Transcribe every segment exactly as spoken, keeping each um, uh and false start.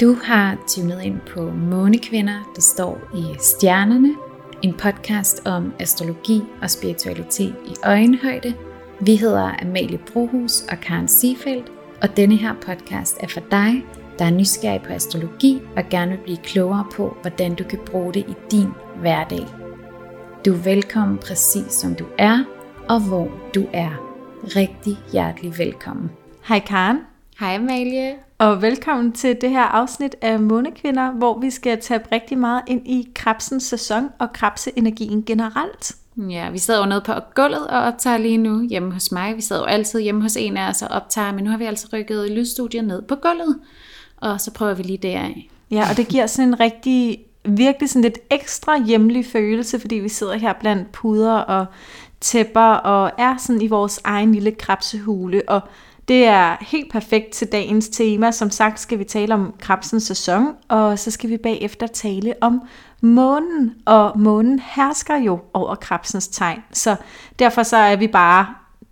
Du har tunet ind på Månekvinder, der står i stjernerne. En podcast om astrologi og spiritualitet i øjenhøjde. Vi hedder Amalie Brohus og Karen Seefeldt, og denne her podcast er for dig, der er nysgerrig på astrologi og gerne vil blive klogere på, hvordan du kan bruge det i din hverdag. Du er velkommen præcis som du er, og hvor du er. Rigtig hjertelig velkommen. Hej Karen. Hej Amalie. Og velkommen til det her afsnit af Månekvinder, hvor vi skal tage rigtig meget ind i krebsens sæson og krebseenergien generelt. Ja, vi sidder jo nede på gulvet og optager lige nu hjemme hos mig. Vi sidder jo altid hjemme hos en af os og optager, men nu har vi altså rykket lydstudiet ned på gulvet. Og så prøver vi lige deraf. Ja, og det giver sådan en rigtig, virkelig sådan lidt ekstra hjemlig følelse, fordi vi sidder her blandt puder og tæpper og er sådan i vores egen lille krebsehule. Og det er helt perfekt til dagens tema. Som sagt skal vi tale om krebsens sæson, og så skal vi bagefter tale om månen. Og månen hersker jo over krebsens tegn, så derfor så er vi bare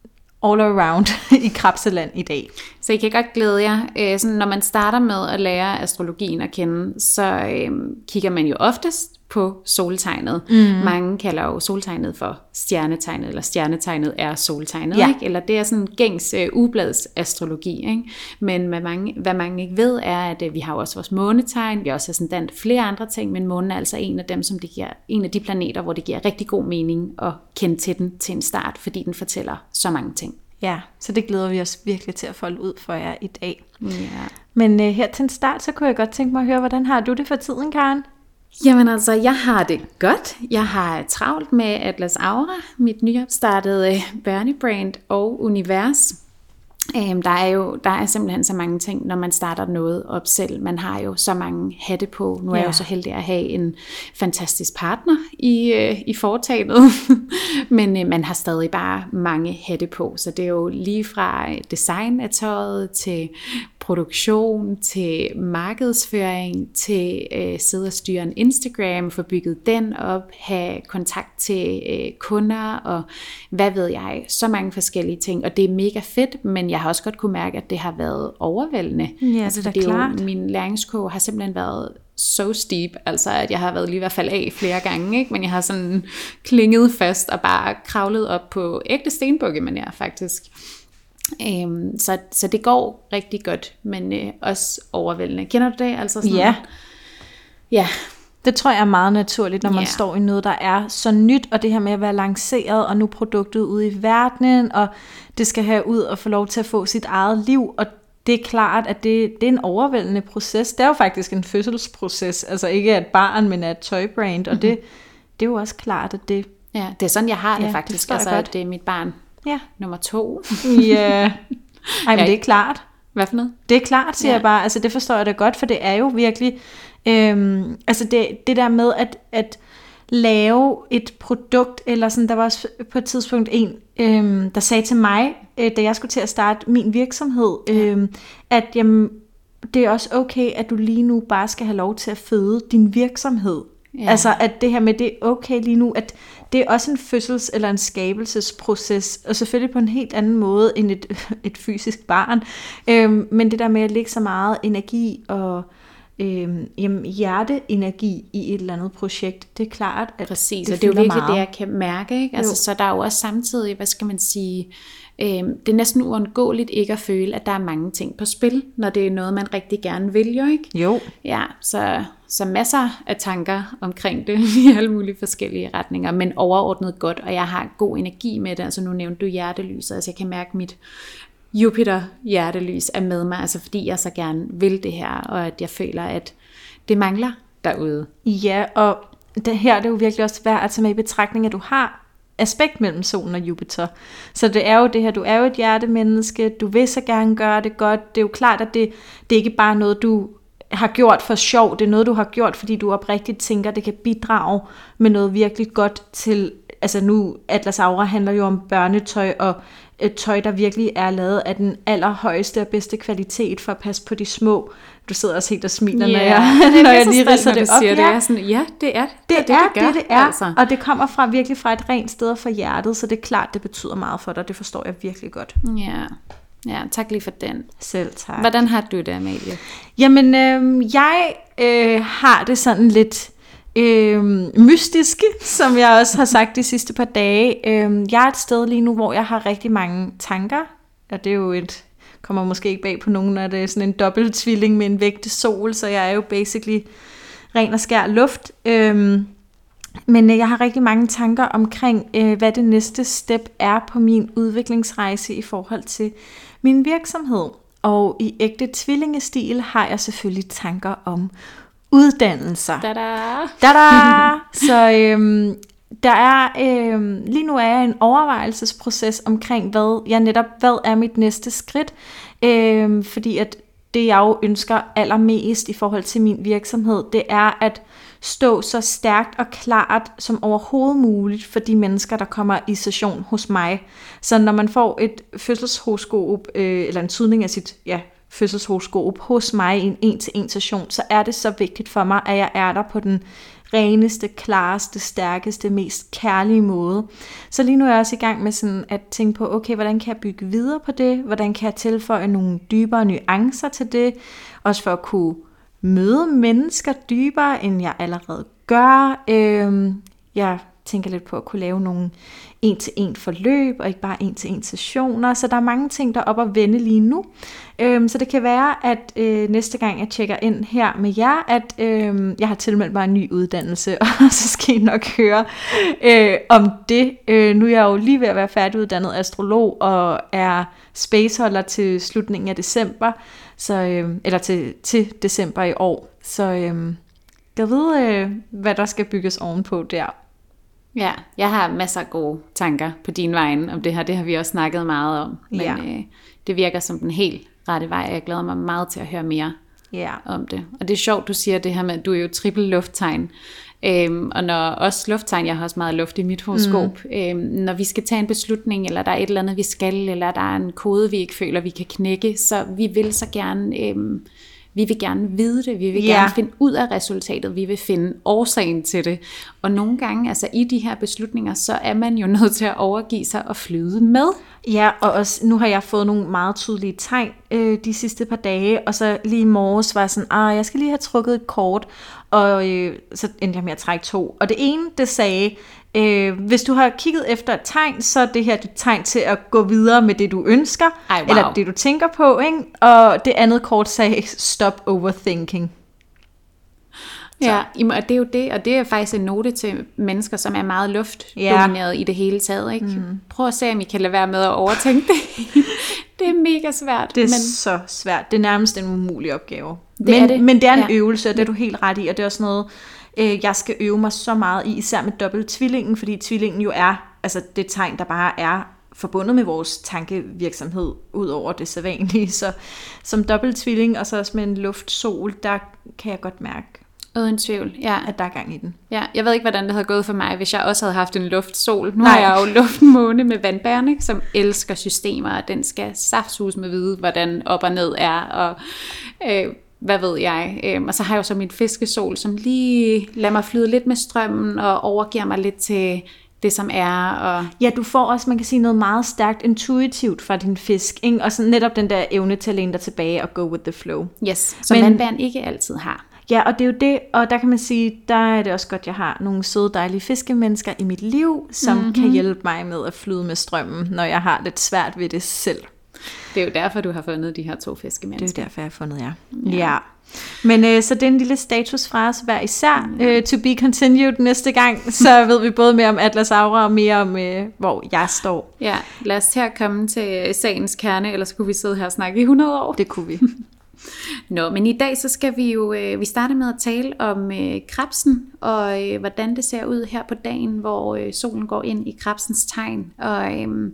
all around i krebseland i dag. Så I kan godt glæde jer. Øh, sådan, når man starter med at lære astrologien at kende, så øh, kigger man jo oftest på soltegnet. Mm. Mange kalder jo soltegnet for stjernetegnet, eller stjernetegnet er soltegnet, ja. Ikke? Eller det er sådan gængs øh, ublads astrologi. Ikke? Men hvad mange, hvad mange ikke ved, er, at øh, vi har også vores månetegn, vi har også sådan flere andre ting, men månen er altså en af dem, som det giver, en af de planeter, hvor det giver rigtig god mening at kende til den til en start, fordi den fortæller så mange ting. Ja, så det glæder vi os virkelig til at folde ud for jer i dag. Ja. Men øh, her til en start, så kunne jeg godt tænke mig at høre, hvordan har du det for tiden, Karen? Jamen altså, jeg har det godt. Jeg har travlt med Atlas Aura, mit nyopstartede børnebrand og univers. Um, der er jo der er simpelthen så mange ting, når man starter noget op selv. Man har jo så mange hatte på. Nu er ja. jeg jo så heldig at have en fantastisk partner i, uh, i foretagendet. Men uh, man har stadig bare mange hatte på. Så det er jo lige fra design af tøjet til produktion, til markedsføring, til øh, sidde og styre en Instagram, få bygget den op, have kontakt til øh, kunder, og hvad ved jeg, så mange forskellige ting, og det er mega fedt, men jeg har også godt kunne mærke, at det har været overvældende. Ja, altså, det er det klart. Jo, min læringskurve har simpelthen været so steep, altså at jeg har været lige i hvert fald af flere gange, ikke? Men jeg har sådan klinget fast og bare kravlet op på ægte stenbukkemanér faktisk. Um, så, så det går rigtig godt, men uh, også overvældende. Kender du det? Altså sådan, ja. ja. Det tror jeg er meget naturligt, når man yeah. står i noget, der er så nyt, og det her med at være lanceret, og nu produktet ude i verdenen, og det skal have ud og få lov til at få sit eget liv, og det er klart, at det, det er en overvældende proces. Det er jo faktisk en fødselsproces, altså ikke af et barn, men af et tøjbrand, mm-hmm. og det, det er jo også klart, at det... Ja, det er sådan, jeg har det ja, faktisk, det altså at det er mit barn. Ja. Nummer to. Ja. Ej, men det er klart. Hvad for noget? Det er klart, siger ja. jeg bare. Altså, det forstår jeg da godt, for det er jo virkelig... Øhm, altså, det, det der med at, at lave et produkt, eller sådan, der var også på et tidspunkt en, øhm, der sagde til mig, øh, da jeg skulle til at starte min virksomhed, øh, at jamen, det er også okay, at du lige nu bare skal have lov til at føde din virksomhed. Ja. Altså, at det her med, det er okay lige nu, at det er også en fødsels- eller en skabelsesproces, og selvfølgelig på en helt anden måde end et, et fysisk barn. Øhm, men det der med at lægge så meget energi og øhm, jamen, hjerteenergi i et eller andet projekt, det er klart, at præcis, det og det er jo virkelig meget. det, jeg kan mærke. Ikke? Altså, så der er jo også samtidig, hvad skal man sige... Det er næsten uundgåeligt ikke at føle, at der er mange ting på spil, når det er noget, man rigtig gerne vil, jo ikke? Jo. Ja, så, så masser af tanker omkring det i alle mulige forskellige retninger, men overordnet godt, og jeg har god energi med det. Altså nu nævnte du hjertelyset, altså jeg kan mærke, at mit Jupiter-hjertelys er med mig, altså fordi jeg så gerne vil det her, og at jeg føler, at det mangler derude. Ja, og det her det er jo virkelig også værd at tage med i betragtning, at du har aspekt mellem solen og Jupiter. Så det er jo det her, du er jo et hjertemenneske, du vil så gerne gøre det godt. Det er jo klart, at det, det er ikke bare noget, du har gjort for sjov. Det er noget, du har gjort, fordi du oprigtigt tænker, det kan bidrage med noget virkelig godt til... Altså nu, Atlas Aura handler jo om børnetøj, og et tøj, der virkelig er lavet af den allerhøjeste og bedste kvalitet for at passe på de små. Du sidder også helt og smiler, yeah. når jeg, når jeg lige ridser det op. Det, det er sådan, ja, det er det, det, det, det, er, det, det, det, det er. Altså. Og det kommer fra virkelig fra et rent sted for hjertet, så det er klart, det betyder meget for dig. Det forstår jeg virkelig godt. Ja. Ja, tak lige for den. Selv tak. Hvordan har du det, Amalie? Jamen, øh, jeg øh, har det sådan lidt øh, mystiske, som jeg også har sagt de sidste par dage. Øh, jeg er et sted lige nu, hvor jeg har rigtig mange tanker, og det er jo et, kommer måske ikke bag på nogen, når det er sådan en dobbelt tvilling med en vægte sol, så jeg er jo basically ren og skær luft. Øh, men øh, jeg har rigtig mange tanker omkring, øh, hvad det næste step er på min udviklingsrejse i forhold til min virksomhed. Og i ægte tvillingestil har jeg selvfølgelig tanker om uddannelser. Da-da! Da-da! Så øhm, der er, øhm, lige nu er jeg i en overvejelsesproces omkring, hvad jeg netop, hvad er mit næste skridt. Øhm, fordi at det jeg jo ønsker allermest i forhold til min virksomhed, det er at stå så stærkt og klart som overhovedet muligt for de mennesker, der kommer i session hos mig. Så når man får et fødselshoroskop, øh, eller en tydning af sit ja, fødselshoroskop hos mig i en en-til-en session, så er det så vigtigt for mig, at jeg er der på den reneste, klareste, stærkeste, mest kærlige måde. Så lige nu er jeg også i gang med sådan at tænke på, okay, hvordan kan jeg bygge videre på det? Hvordan kan jeg tilføje nogle dybere nuancer til det? Også for at kunne møde mennesker dybere, end jeg allerede gør. Øhm, jeg tænker lidt på at kunne lave nogle en-til-en forløb, og ikke bare en-til-en sessioner. Så der er mange ting, der er op at vende lige nu. Øhm, så det kan være, at øh, næste gang jeg tjekker ind her med jer, at øh, jeg har tilmeldt mig en ny uddannelse, og så skal I nok høre øh, om det. Øh, nu er jeg jo lige ved at være færdiguddannet astrolog, og er spaceholder til slutningen af december, så, øh, eller til, til december i år. Så øh, jeg ved, øh, hvad der skal bygges ovenpå der. Ja, jeg har masser af gode tanker på din vegne om det her. Det har vi også snakket meget om. Men ja. øh, det virker som den helt rette vej, og jeg glæder mig meget til at høre mere ja. om det. Og det er sjovt, du siger det her med, at du er jo triple lufttegn. Øhm, og når også lufttegn, jeg har også meget luft i mit horoskop, mm. øhm, når vi skal tage en beslutning, eller der er et eller andet, vi skal, eller der er en kode, vi ikke føler, vi kan knække, så vi vil så gerne... Øhm, Vi vil gerne vide det, vi vil ja. gerne finde ud af resultatet, vi vil finde årsagen til det. Og nogle gange, altså i de her beslutninger, så er man jo nødt til at overgive sig og flyde med. Ja, og også, nu har jeg fået nogle meget tydelige tegn øh, de sidste par dage, og så lige i morges var jeg sådan, ah, jeg skal lige have trukket et kort, og øh, så endte jeg med at trække to. Og det ene, det sagde, øh, hvis du har kigget efter et tegn, så er det her dit tegn til at gå videre med det, du ønsker, Ej, wow. eller det, du tænker på, ikke? Og det andet kort sagde, stop overthinking. Så. Ja, og det er jo det, og det er faktisk en note til mennesker, som er meget luftdomineret ja. i det hele taget. Ikke? Mm. Prøv at se, om I kan lade være med at overtænke det. Det er mega svært. Det er men... så svært. Det er nærmest en umulig opgave. Det men, er det. men det er en ja. øvelse, og det er du helt ret i, og det er også noget, øh, jeg skal øve mig så meget i, især med dobbelt tvillingen, fordi tvillingen jo er altså det tegn, der bare er forbundet med vores tankevirksomhed, ud over det sædvanlige. Så som dobbelt tvilling, og så også med en luftsol, der kan jeg godt mærke, uden tvivl, ja. at der er gang i den. Ja, jeg ved ikke, hvordan det havde gået for mig, hvis jeg også havde haft en luftsol. Nu Nej. har jeg jo luftmåne med vandbæren, ikke, som elsker systemer, og den skal saftsus med vide, hvordan op og ned er, og øh, hvad ved jeg. Øh, og så har jeg jo så min fiskesol, som lige lader mig flyde lidt med strømmen, og overgiver mig lidt til det, som er. Og... Ja, du får også, man kan sige, noget meget stærkt intuitivt fra din fisk, ikke? Og så netop den der evne til at læne dig tilbage og go with the flow. Yes, som Men... vandbæren ikke altid har. Ja, og det er jo det, og der kan man sige, der er det også godt, at jeg har nogle søde, dejlige fiskemennesker i mit liv, som mm-hmm. kan hjælpe mig med at flyde med strømmen, når jeg har lidt svært ved det selv. Det er jo derfor, du har fundet de her to fiskemennesker. Det er jo derfor, jeg har fundet jer. Ja. ja. Men øh, så det er en lille status fra os hver især. Ja. Øh, to be continued næste gang, så ved vi både mere om Atlas Aura og mere om, øh, hvor jeg står. Ja, lad os til at komme til sagens kerne, ellers kunne vi sidde her og snakke i hundrede år. Det kunne vi. Nå, men i dag så skal vi jo, øh, vi starte med at tale om øh, krebsen, og øh, hvordan det ser ud her på dagen, hvor øh, solen går ind i krebsens tegn. Og øh,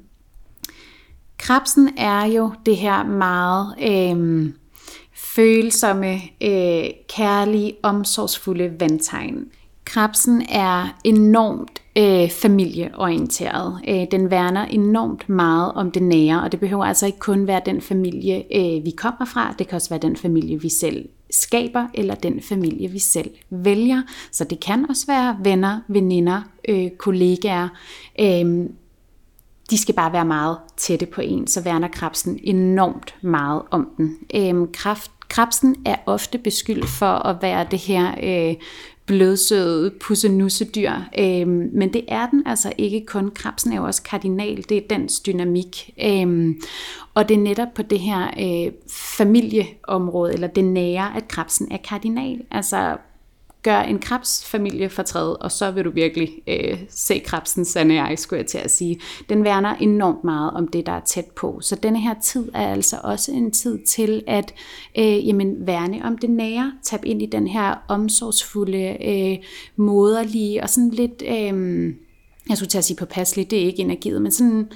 krebsen er jo det her meget øh, følsomme, øh, kærlige, omsorgsfulde vandtegn. Krebsen er enormt øh, familieorienteret. Øh, den værner enormt meget om det nære, og det behøver altså ikke kun være den familie, øh, vi kommer fra. Det kan også være den familie, vi selv skaber, eller den familie, vi selv vælger. Så det kan også være venner, veninder, øh, kollegaer. Øh, de skal bare være meget tætte på en, så værner krebsen enormt meget om den. Øhm, kraft, krebsen er ofte beskyldt for at være det her øh, blødsøde pussenussedyr, øhm, men det er den altså ikke kun. Krebsen er jo også kardinal, det er dens dynamik. Øhm, og det er netop på det her øh, familieområde, eller det nære, at krebsen er kardinal. Altså gør en krebsfamilie fortræd, og så vil du virkelig øh, se krebsens sande jeg, skulle jeg til at sige. Den værner enormt meget om det, der er tæt på. Så denne her tid er altså også en tid til at øh, jamen, værne om det nære, tabe ind i den her omsorgsfulde, øh, moderlige, og sådan lidt, øh, jeg skulle til at sige påpasseligt, det er ikke energiet, men sådan,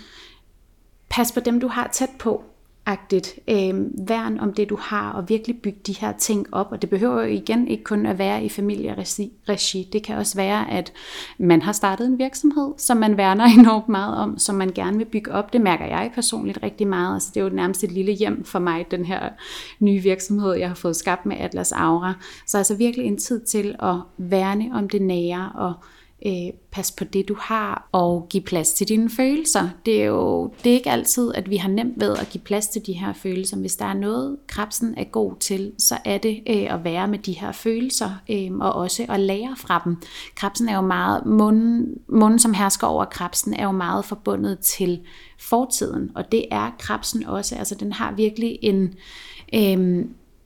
pas på dem, du har tæt på. Agtigt. Øh, værn om det, du har, og virkelig bygge de her ting op. Og det behøver jo igen ikke kun at være i familieregi. Det kan også være, at man har startet en virksomhed, som man værner enormt meget om, som man gerne vil bygge op. Det mærker jeg personligt rigtig meget. Altså, det er jo nærmest et lille hjem for mig, den her nye virksomhed, jeg har fået skabt med Atlas Aura. Så altså virkelig en tid til at værne om det nære, og Øh, pas på det, du har, og give plads til dine følelser. Det er jo det er ikke altid, at vi har nemt ved at give plads til de her følelser. Hvis der er noget, krebsen er god til, så er det øh, at være med de her følelser, øh, og også at lære fra dem. Krebsen er jo meget, munden, munden som hersker over krebsen, er jo meget forbundet til fortiden, og det er krebsen også. Altså den har virkelig en... Øh,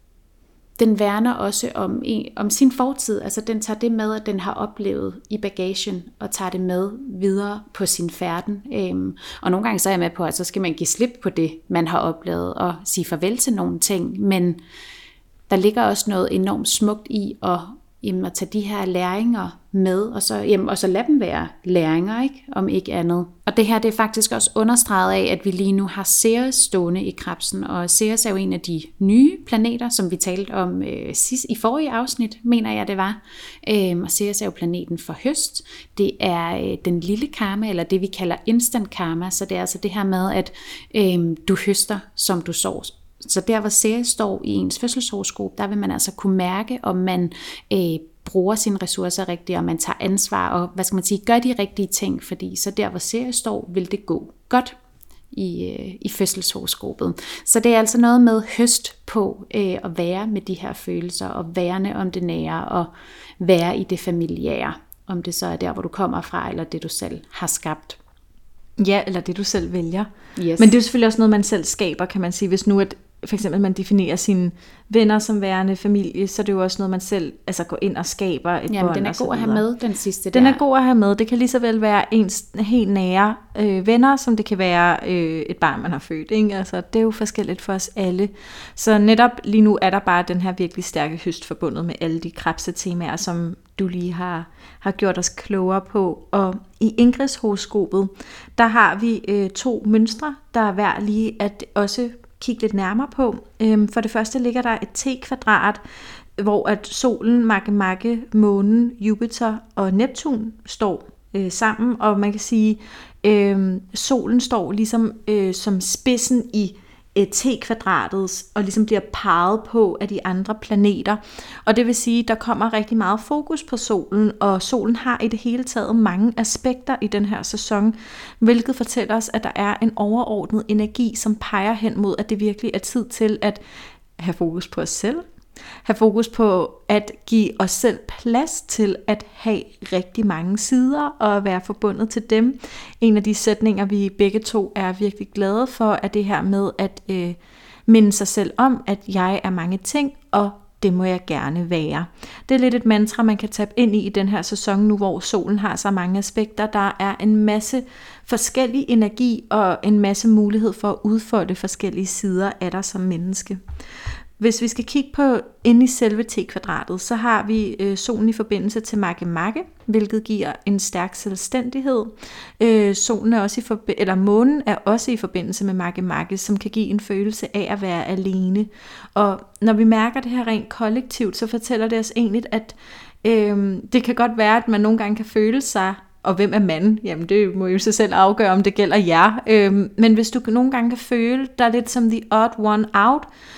Den værner også om, om sin fortid, altså den tager det med, at den har oplevet i bagagen, og tager det med videre på sin færden. Øhm, og nogle gange så er jeg med på, at så skal man give slip på det, man har oplevet, og sige farvel til nogle ting. Men der ligger også noget enormt smukt i at, jamen, at tage de her læringer med, og så, jamen, og så lade dem være læringer, ikke? Om ikke andet. Og det her, det er faktisk også understreget af, at vi lige nu har Ceres stående i krebsen, og Ceres er jo en af de nye planeter, som vi talte om øh, sidst, i forrige afsnit, mener jeg det var. Øhm, og Ceres er jo planeten for høst. Det er øh, den lille karma, eller det vi kalder instant karma, så det er altså det her med, at øh, du høster, som du sår. Så der, hvor Ceres står i ens fødselshoroskop, der vil man altså kunne mærke, om man øh, bruger sine ressourcer rigtigt, og man tager ansvar, og hvad skal man sige, gør de rigtige ting, fordi så der, hvor Ceres står, vil det gå godt i, øh, i fødselshoroskopet. Så det er altså noget med høst på øh, at være med de her følelser, og værne om det nære, og være i det familiære, om det så er der, hvor du kommer fra, eller det du selv har skabt. Ja, eller det du selv vælger. Yes. Men det er jo selvfølgelig også noget, man selv skaber, kan man sige. Hvis nu at for eksempel man definerer sine venner som værende familie, så er det jo også noget, man selv altså går ind og skaber et bånd. Jamen, den er god at have med, den sidste der. Den er god at have med. Det kan lige så vel være ens helt nære øh, venner, som det kan være øh, et barn, man har født. Ikke? Altså, det er jo forskelligt for os alle. Så netop lige nu er der bare den her virkelig stærke høst forbundet med alle de krebsetemaer, som du lige har, har gjort os klogere på. Og i Ingrids horoskopet, der har vi øh, to mønstre, der er værd lige at også kigge lidt nærmere på. For det første ligger der et T-kvadrat, hvor at solen, Makemake, månen, Jupiter og Neptun står øh, sammen, og man kan sige, øh, solen står ligesom øh, som spidsen i T-kvadratet, og ligesom bliver peget på af de andre planeter. Og det vil sige, at der kommer rigtig meget fokus på solen, og solen har i det hele taget mange aspekter i den her sæson, hvilket fortæller os, at der er en overordnet energi, som peger hen mod, at det virkelig er tid til at have fokus på os selv, have fokus på at give os selv plads til at have rigtig mange sider og være forbundet til dem. En af de sætninger, vi begge to er virkelig glade for, er det her med at øh, minde sig selv om, at jeg er mange ting, og det må jeg gerne være. Det er lidt et mantra, man kan tabe ind i i den her sæson nu, hvor solen har så mange aspekter. Der er en masse forskellig energi og en masse mulighed for at udfolde forskellige sider af dig som menneske. Hvis vi skal kigge på inde i selve T-kvadratet, så har vi øh, solen i forbindelse til Makemake, hvilket giver en stærk selvstændighed. Øh, solen er også i forbi- eller månen er også i forbindelse med Makemake, som kan give en følelse af at være alene. Og når vi mærker det her rent kollektivt, så fortæller det os egentlig, at øh, det kan godt være, at man nogle gange kan føle sig, og hvem er man? Jamen det må jo sig selv afgøre, om det gælder jer. Øh, men hvis du nogle gange kan føle dig lidt som the odd one out,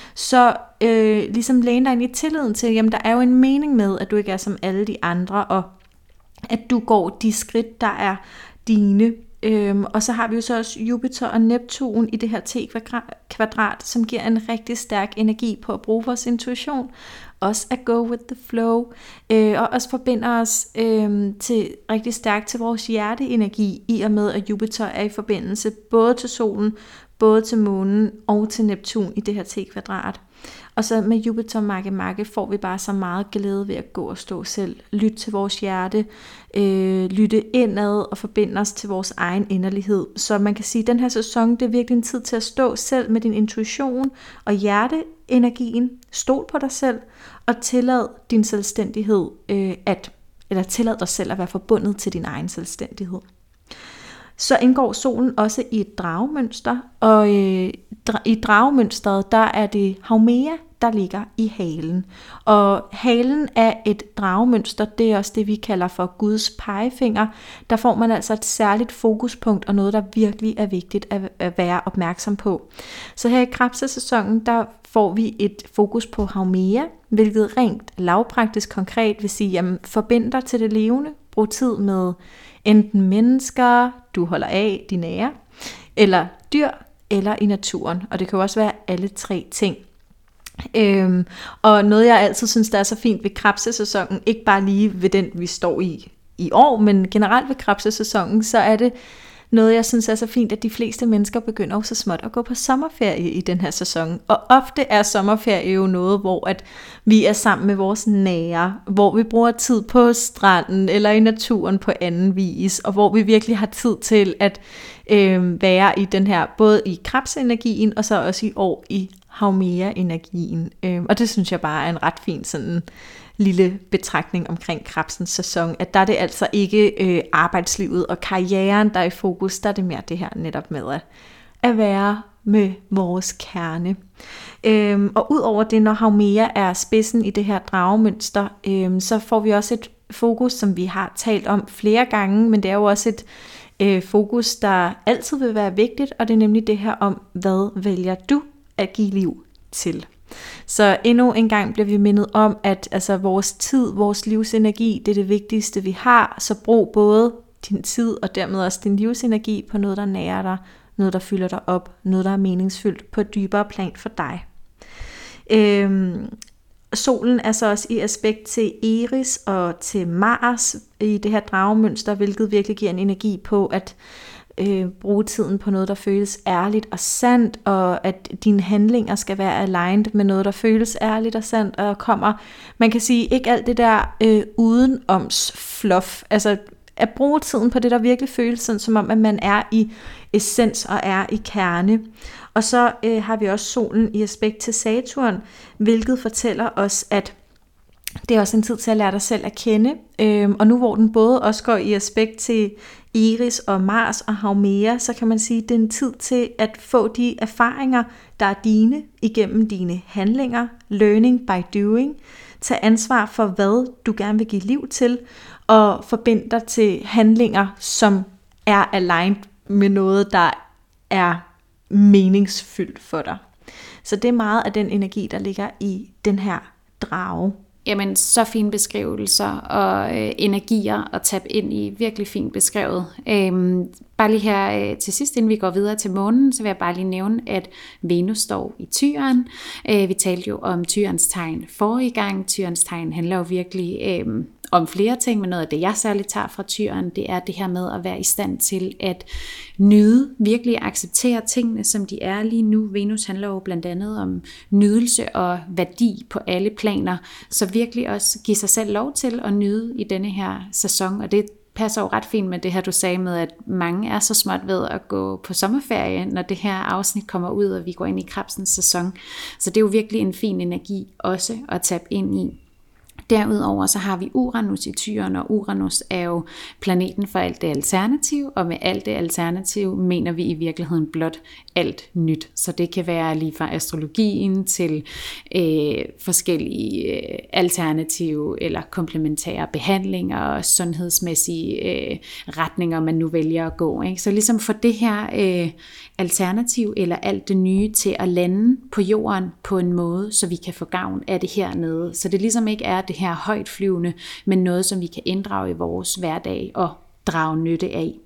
så øh, ligesom læne dig ind i tilliden til, jamen der er jo en mening med, at du ikke er som alle de andre, og at du går de skridt, der er dine, Øhm, og så har vi jo så også Jupiter og Neptun i det her T-kvadrat, som giver en rigtig stærk energi på at bruge vores intuition, også at go with the flow, øh, og også forbinder os øh, til rigtig stærkt til vores hjerteenergi, i og med at Jupiter er i forbindelse både til solen, både til månen og til Neptun i det her T-kvadrat. Og så med Jupiter makke makke får vi bare så meget glæde ved at gå og stå selv, lytte til vores hjerte, øh, lytte indad og forbinde os til vores egen inderlighed. Så man kan sige, at den her sæson, det er virkelig en tid til at stå selv med din intuition og hjerteenergien. Stol på dig selv og tillad din selvstændighed øh, at, eller tillad dig selv at være forbundet til din egen selvstændighed. Så indgår solen også i et dragemønster, og øh, i dragemønstret, der er det Haumea, der ligger i halen. Og halen af et dragemønster, det er også det, vi kalder for Guds pegefinger. Der får man altså et særligt fokuspunkt, og noget, der virkelig er vigtigt at, at være opmærksom på. Så her i krebssæsonen, der får vi et fokus på Haumea, hvilket rent lavpraktisk konkret vil sige, jamen forbind dig til det levende, brug tid med enten mennesker, du holder af, de nære, eller dyr, eller i naturen. Og det kan jo også være alle tre ting. Øhm, og noget jeg altid synes, der er så fint ved krebssæsonen, ikke bare lige ved den, vi står i i år, men generelt ved krebssæsonen, så er det noget, jeg synes er så fint, at de fleste mennesker begynder så småt at gå på sommerferie i den her sæson. Og ofte er sommerferie jo noget, hvor at vi er sammen med vores nære, hvor vi bruger tid på stranden eller i naturen på anden vis, og hvor vi virkelig har tid til at øh, være i den her, både i krebsenergien og så også i år i Haumea-energien. Øh, og det synes jeg bare er en ret fin sådan lille betragtning omkring krebsens sæson, at der er det altså ikke øh, arbejdslivet og karrieren, der er i fokus, der er det mere det her netop med at, at være med vores kerne. Øhm, og udover det, når Haumea er spidsen i det her dragemønster, øhm, så får vi også et fokus, som vi har talt om flere gange, men det er jo også et øh, fokus, der altid vil være vigtigt, og det er nemlig det her om, hvad vælger du at give liv til? Så endnu en gang bliver vi mindet om, at altså, vores tid, vores livsenergi, det er det vigtigste vi har, så brug både din tid og dermed også din livsenergi på noget, der nærer dig, noget, der fylder dig op, noget, der er meningsfyldt på et dybere plan for dig. Øhm, solen er så også i aspekt til Eris og til Mars i det her dragemønster, hvilket virkelig giver en energi på at Øh, bruge tiden på noget, der føles ærligt og sandt, og at dine handlinger skal være aligned med noget, der føles ærligt og sandt, og kommer, man kan sige, ikke alt det der øh, udenoms fluff, altså at bruge tiden på det, der virkelig føles sådan, som om, at man er i essens og er i kerne. Og så øh, har vi også solen i aspekt til Saturn, hvilket fortæller os, at det er også en tid til at lære dig selv at kende, øhm, og nu hvor den både også går i aspekt til Eris og Mars og Haumea, så kan man sige, at det er en tid til at få de erfaringer, der er dine igennem dine handlinger, learning by doing, tage ansvar for, hvad du gerne vil give liv til, og forbinde dig til handlinger, som er aligned med noget, der er meningsfyldt for dig. Så det er meget af den energi, der ligger i den her drage. Jamen, så fine beskrivelser og øh, energier at tabe ind i, virkelig fint beskrevet. Øhm, bare lige her øh, til sidst, inden vi går videre til månen, så vil jeg bare lige nævne, at Venus står i Tyren. Øh, vi talte jo om Tyrens tegn forrige gang. Tyrens tegn handler jo virkelig øh, om flere ting, men noget af det, jeg særligt tager fra Tyren, det er det her med at være i stand til at nyde, virkelig acceptere tingene, som de er lige nu. Venus handler jo blandt andet om nydelse og værdi på alle planer, så virkelig også give sig selv lov til at nyde i denne her sæson, og det passer jo ret fint med det her, du sagde med, at mange er så småt ved at gå på sommerferie, når det her afsnit kommer ud, og vi går ind i krebsens sæson. Så det er jo virkelig en fin energi også at tabe ind i. Derudover så har vi Uranus i Tyren, og Uranus er jo planeten for alt det alternativ, og med alt det alternativ mener vi i virkeligheden blot alt nyt. Så det kan være lige fra astrologien til øh, forskellige øh, alternative eller komplementære behandlinger og sundhedsmæssige øh, retninger, man nu vælger at gå. Ikke? Så ligesom for det her øh, alternativ eller alt det nye til at lande på jorden på en måde, så vi kan få gavn af det hernede. Så det ligesom ikke er det her højt flyvende, men noget, som vi kan inddrage i vores hverdag og drage nytte af.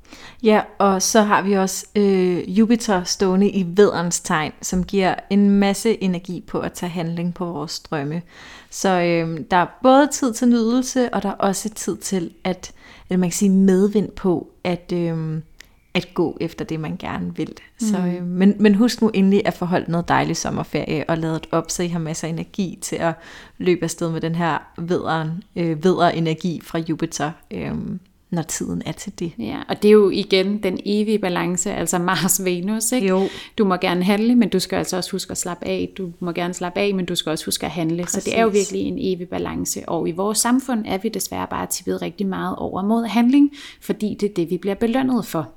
Ja, og så har vi også øh, Jupiter stående i vædderens tegn, som giver en masse energi på at tage handling på vores drømme. Så øh, der er både tid til nydelse, og der er også tid til at, at man kan sige medvind på at, øh, at gå efter det, man gerne vil. Mm. Så, øh, men, men husk nu endelig at forholde noget dejlig sommerferie og lade det op, så I har masser af energi til at løbe afsted med den her vædderen, øh, vædderenergi fra Jupiter, øh, når tiden er til det. Ja, og det er jo igen den evige balance, altså Mars-Venus, ikke? Jo. Du må gerne handle, men du skal altså også huske at slappe af. Du må gerne slappe af, men du skal også huske at handle. Præcis. Så det er jo virkelig en evig balance. Og i vores samfund er vi desværre bare tippet rigtig meget over mod handling, fordi det er det, vi bliver belønnet for.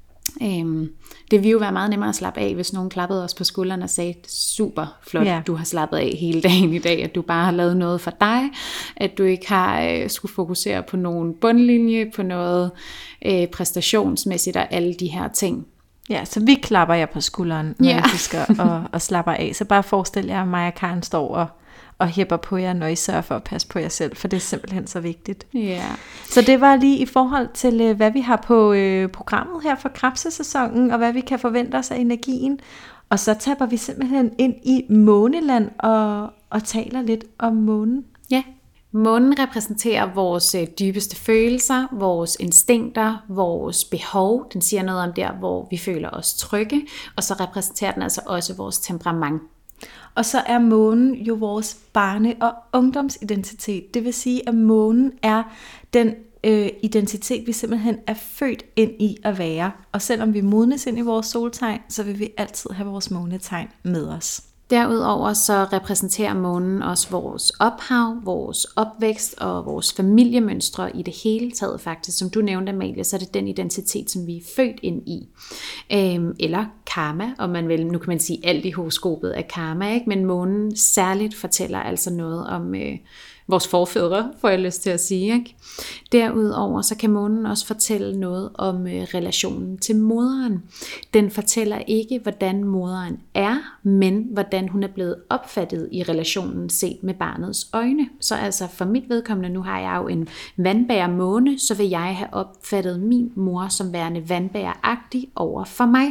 Øhm, det ville jo være meget nemmere at slappe af, hvis nogen klappede os på skulderen og sagde, super flot, ja. Du har slappet af hele dagen i dag, at du bare har lavet noget for dig, at du ikke har øh, skulle fokusere på nogen bundlinje, på noget øh, præstationsmæssigt og alle de her ting. Ja, så vi klapper jer på skulderen, når ja. I husker og, og slapper af. Så bare forestil jer, at Maja og Karen står og og hæpper på jer, når I sørger for at passe på jer selv, for det er simpelthen så vigtigt. Yeah. Så det var lige i forhold til, hvad vi har på øh, programmet her for krebsesæsonen, og hvad vi kan forvente os af energien. Og så tapper vi simpelthen ind i måneland og, og taler lidt om månen. Ja, månen repræsenterer vores øh, dybeste følelser, vores instinkter, vores behov. Den siger noget om der, hvor vi føler os trygge, og så repræsenterer den altså også vores temperament. Og så er månen jo vores barne- og ungdomsidentitet. Det vil sige, at månen er den øh, identitet, vi simpelthen er født ind i at være. Og selvom vi modnes ind i vores soltegn, så vil vi altid have vores månetegn med os. Derudover så repræsenterer månen også vores ophav, vores opvækst og vores familiemønstre i det hele taget faktisk. Som du nævnte, Amalie, så er det den identitet, som vi er født ind i. Øhm, eller karma, og man vil, nu kan man sige alt i horoskopet er karma, ikke? Men månen særligt fortæller altså noget om øh, vores forfædre, får jeg lyst til at sige. Ikke? Derudover så kan månen også fortælle noget om øh, relationen til moderen. Den fortæller ikke, hvordan moderen er, men hvordan hun er blevet opfattet i relationen set med barnets øjne. Så altså for mit vedkommende, nu har jeg jo en vandbærer måne, så vil jeg have opfattet min mor som værende vandbæreragtig over for mig.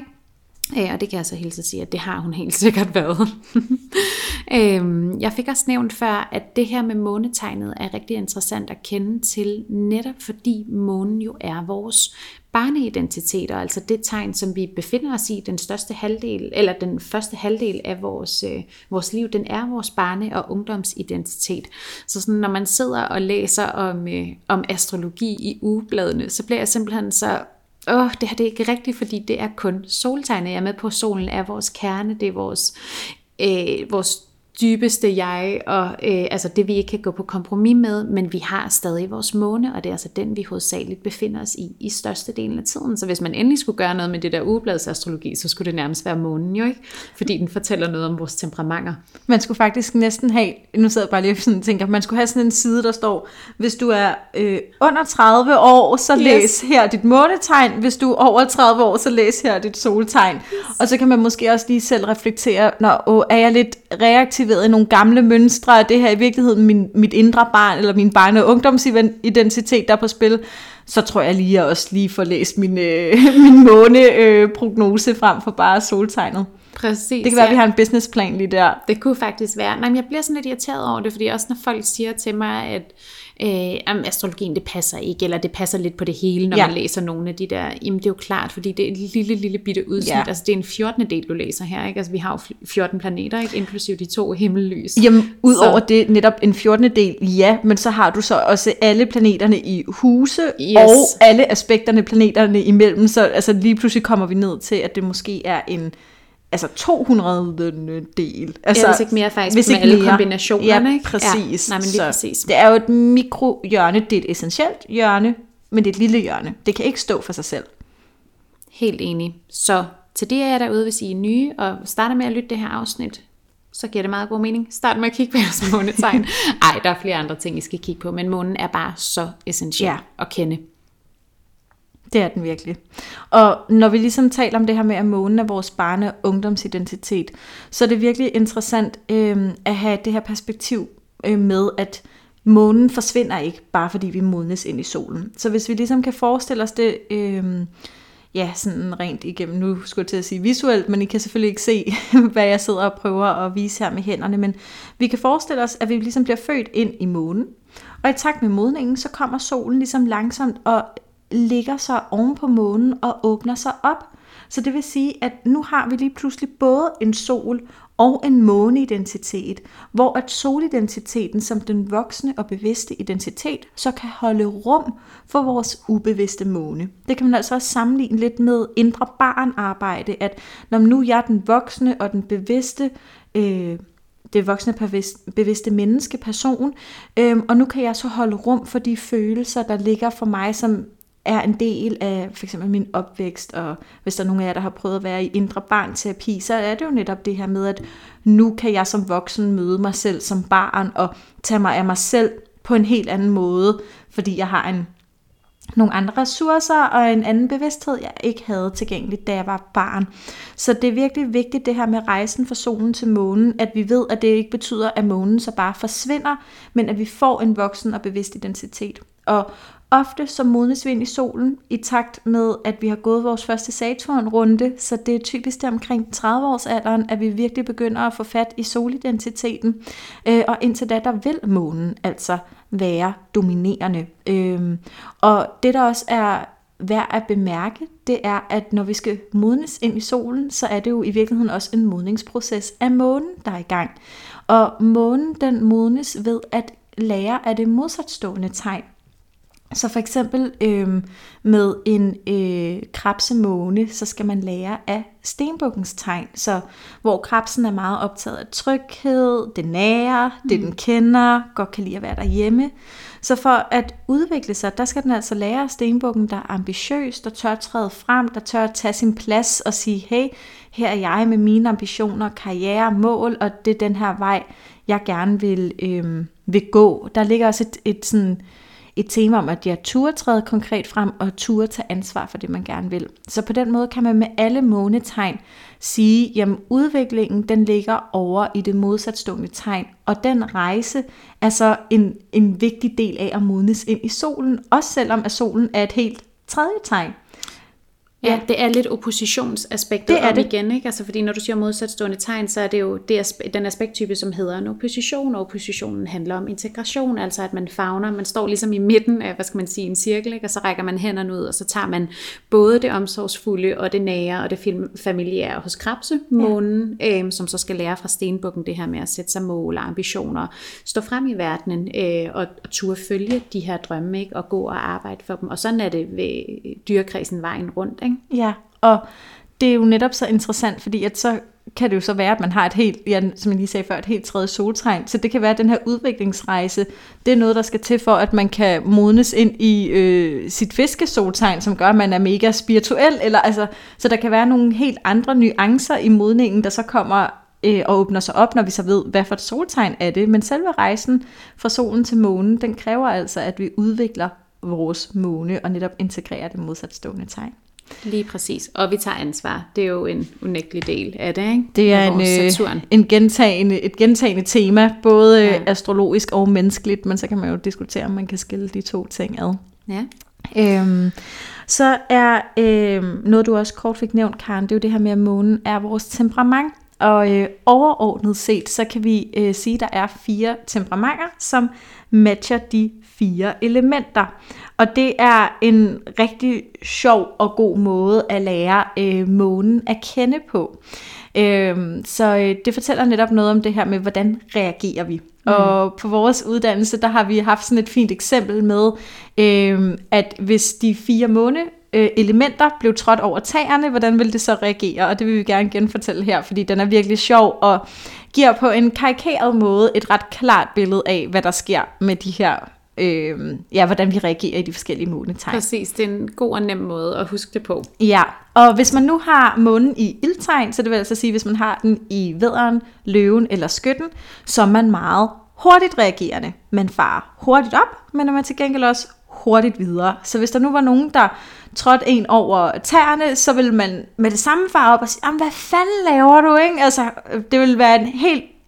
Og det kan jeg så helt så sige, at det har hun helt sikkert været. Jeg fik også nævnt før, at det her med månetegnet er rigtig interessant at kende til, netop fordi månen jo er vores barneidentitet, og altså det tegn, som vi befinder os i, den største halvdel, eller den første halvdel af vores, øh, vores liv, den er vores barne- og ungdomsidentitet. Så sådan, når man sidder og læser om, øh, om astrologi i ugebladene, så bliver jeg simpelthen så Åh, oh, det her det er ikke rigtigt, fordi det er kun soltegnet. Jeg er med på, solen er vores kerne, det er vores, øh, vores dybeste jeg, og øh, altså det vi ikke kan gå på kompromis med, men vi har stadig vores måne, og det er altså den, vi hovedsageligt befinder os i, i størstedelen af tiden. Så hvis man endelig skulle gøre noget med det der ugebladsastrologi, så skulle det nærmest være månen jo, ikke? Fordi den fortæller noget om vores temperamenter. Man skulle faktisk næsten have, nu sidder jeg bare lige sådan og tænker, man skulle have sådan en side, der står, hvis du er øh, under tredive år, så yes. læs her dit månetegn, hvis du er over tredive år, så læs her dit soltegn. Yes. Og så kan man måske også lige selv reflektere, når åh, er jeg lidt reaktiv i nogle gamle mønstre, og det her i virkeligheden min, mit indre barn, eller min barne- og ungdomsidentitet, der er på spil, så tror jeg lige, at jeg også lige får læst min, øh, min måneprognose øh, frem for bare soltegnet. Præcis. Det kan være, ja. Vi har en businessplan lige der. Det kunne faktisk være. Nej, men jeg bliver sådan lidt irriteret over det, fordi også når folk siger til mig, at øh, astrologien, det passer ikke, eller det passer lidt på det hele, når ja. man læser nogle af de der, jamen det er jo klart, fordi det er et lille, lille bitte udsnit, ja. altså det er en fjortende del, du læser her, ikke? Altså vi har jo fjorten planeter, ikke? Inklusive de to himmellys. Jamen, udover så det, netop en fjortende del, ja, men så har du så også alle planeterne i huse, yes. og alle aspekterne planeterne imellem, så altså lige pludselig kommer vi ned til, at det måske er en altså to hundrede del. Altså, ja, hvis ikke mere faktisk hvis med alle mere. Kombinationerne. Ja, præcis. Ja, nej, men lige præcis. Det er jo et mikrohjørne, det er et essentielt hjørne, men det er et lille hjørne. Det kan ikke stå for sig selv. Helt enig. Så til det er jeg derude, hvis I er nye, og starter med at lytte det her afsnit, så giver det meget god mening. Start med at kigge på jeres månetegn. Ej, der er flere andre ting, I skal kigge på, men månen er bare så essentiel ja. at kende. Det er den virkelig. Og når vi ligesom taler om det her med, at månen er vores barne- og ungdomsidentitet, så er det virkelig interessant øh, at have det her perspektiv øh, med, at månen forsvinder ikke, bare fordi vi modnes ind i solen. Så hvis vi ligesom kan forestille os det, øh, ja, sådan rent igennem, nu skulle jeg til at sige visuelt, men I kan selvfølgelig ikke se, hvad jeg sidder og prøver at vise her med hænderne, men vi kan forestille os, at vi ligesom bliver født ind i månen, og i takt med modningen, så kommer solen ligesom langsomt og ligger sig oven på månen og åbner sig op. Så det vil sige, at nu har vi lige pludselig både en sol og en måneidentitet, hvor at solidentiteten som den voksne og bevidste identitet, så kan holde rum for vores ubevidste måne. Det kan man altså også sammenligne lidt med indre barnarbejde, at når nu jeg er den voksne og den bevidste, øh, det voksne bevidste menneske, person, øh, og nu kan jeg så holde rum for de følelser, der ligger for mig, som er en del af for eksempel min opvækst, og hvis der er nogen af jer, der har prøvet at være i indre barnterapi, så er det jo netop det her med, at nu kan jeg som voksen møde mig selv som barn, og tage mig af mig selv på en helt anden måde, fordi jeg har en, nogle andre ressourcer, og en anden bevidsthed, jeg ikke havde tilgængeligt, da jeg var barn. Så det er virkelig vigtigt det her med rejsen fra solen til månen, at vi ved, at det ikke betyder, at månen så bare forsvinder, men at vi får en voksen og bevidst identitet. Og ofte så modnes vi ind i solen i takt med, at vi har gået vores første Saturn-runde, så det er typisk der omkring tredive års alderen, at vi virkelig begynder at få fat i solidentiteten. Øh, og indtil da, der vil månen altså være dominerende. Øh, og det der også er værd at bemærke, det er, at når vi skal modnes ind i solen, så er det jo i virkeligheden også en modningsproces af månen, der er i gang. Og månen, den modnes ved at lære af det modsatstående tegn. Så for eksempel øh, med en øh, krebsemåne, så skal man lære af stenbukkens tegn, så hvor krebsen er meget optaget af tryghed, det nære, det den kender, godt kan lide at være derhjemme. Så for at udvikle sig, der skal den altså lære af stenbukken, der er ambitiøs, der tør træde frem, der tør tage sin plads og sige, hey, her er jeg med mine ambitioner, karriere, mål, og det er den her vej, jeg gerne vil, øh, vil gå. Der ligger også et, et sådan... et tema om, at jeg turde træde konkret frem og turde tage ansvar for det, man gerne vil. Så på den måde kan man med alle månetegn sige, jamen udviklingen, den ligger over i det modsatstående tegn, og den rejse er så en, en vigtig del af at modnes ind i solen, også selvom at solen er et helt tredje tegn. Ja, det er lidt oppositionsaspektet det er om det. igen, ikke? Altså fordi når du siger modsatstående tegn, så er det jo det aspe- den aspekttype, som hedder en opposition, og oppositionen handler om integration, altså at man favner, man står ligesom i midten af, hvad skal man sige, en cirkel, ikke? Og så rækker man hænderne ud, og så tager man både det omsorgsfulde, og det nære, og det familiære hos krebsemånen, ja. øhm, som så skal lære fra stenbukken det her med at sætte sig mål og ambitioner, stå frem i verdenen, øh, og, og turde følge de her drømme, ikke? Og gå og arbejde for dem, og sådan er det ved dyrekredsen vejen rundt, ikke? Ja, og det er jo netop så interessant, fordi at så kan det jo så være, at man har et helt, ja, som jeg lige sagde før, et helt tredje soltegn. Så det kan være, at den her udviklingsrejse, det er noget, der skal til for, at man kan modnes ind i øh, sit fiskesoltegn, som gør, at man er mega spirituel. Eller, altså, så der kan være nogle helt andre nuancer i modningen, der så kommer øh, og åbner sig op, når vi så ved, hvad for et soltegn er det. Men selve rejsen fra solen til månen, den kræver altså, at vi udvikler vores måne og netop integrerer det modsatstående tegn. Lige præcis, og vi tager ansvar. Det er jo en unægtelig del af det, ikke? Det er en, øh, en gentagende, et gentagende tema, både ja. astrologisk og menneskeligt, men så kan man jo diskutere, om man kan skille de to ting ad. Ja. Øhm, så er øhm, noget, du også kort fik nævnt, Karen, det er jo det her med, at månen er vores temperament. Og øh, overordnet set, så kan vi øh, sige, at der er fire temperamenter, som matcher de fire elementer. Og det er en rigtig sjov og god måde at lære øh, månen at kende på. Øh, så øh, det fortæller netop noget om det her med, hvordan reagerer vi. Mm. Og på vores uddannelse, der har vi haft sådan et fint eksempel med, øh, at hvis de fire måne elementer blev trådt over tagerne, hvordan vil det så reagere? Og det vil vi gerne genfortælle her, fordi den er virkelig sjov og giver på en karikeret måde et ret klart billede af, hvad der sker med de her, øh, ja, hvordan vi reagerer i de forskellige månetegn. Præcis, det er en god og nem måde at huske det på. Ja, og hvis man nu har månen i ildtegn, så det vil altså sige, hvis man har den i vædderen, løven eller skytten, så er man meget hurtigt reagerende. Man farer hurtigt op, men er man til gengæld også hurtigt videre. Så hvis der nu var nogen, der trådte en over tæerne, så vil man med det samme fare op og sige, hvad fanden laver du, ikke? Altså, det vil være en helt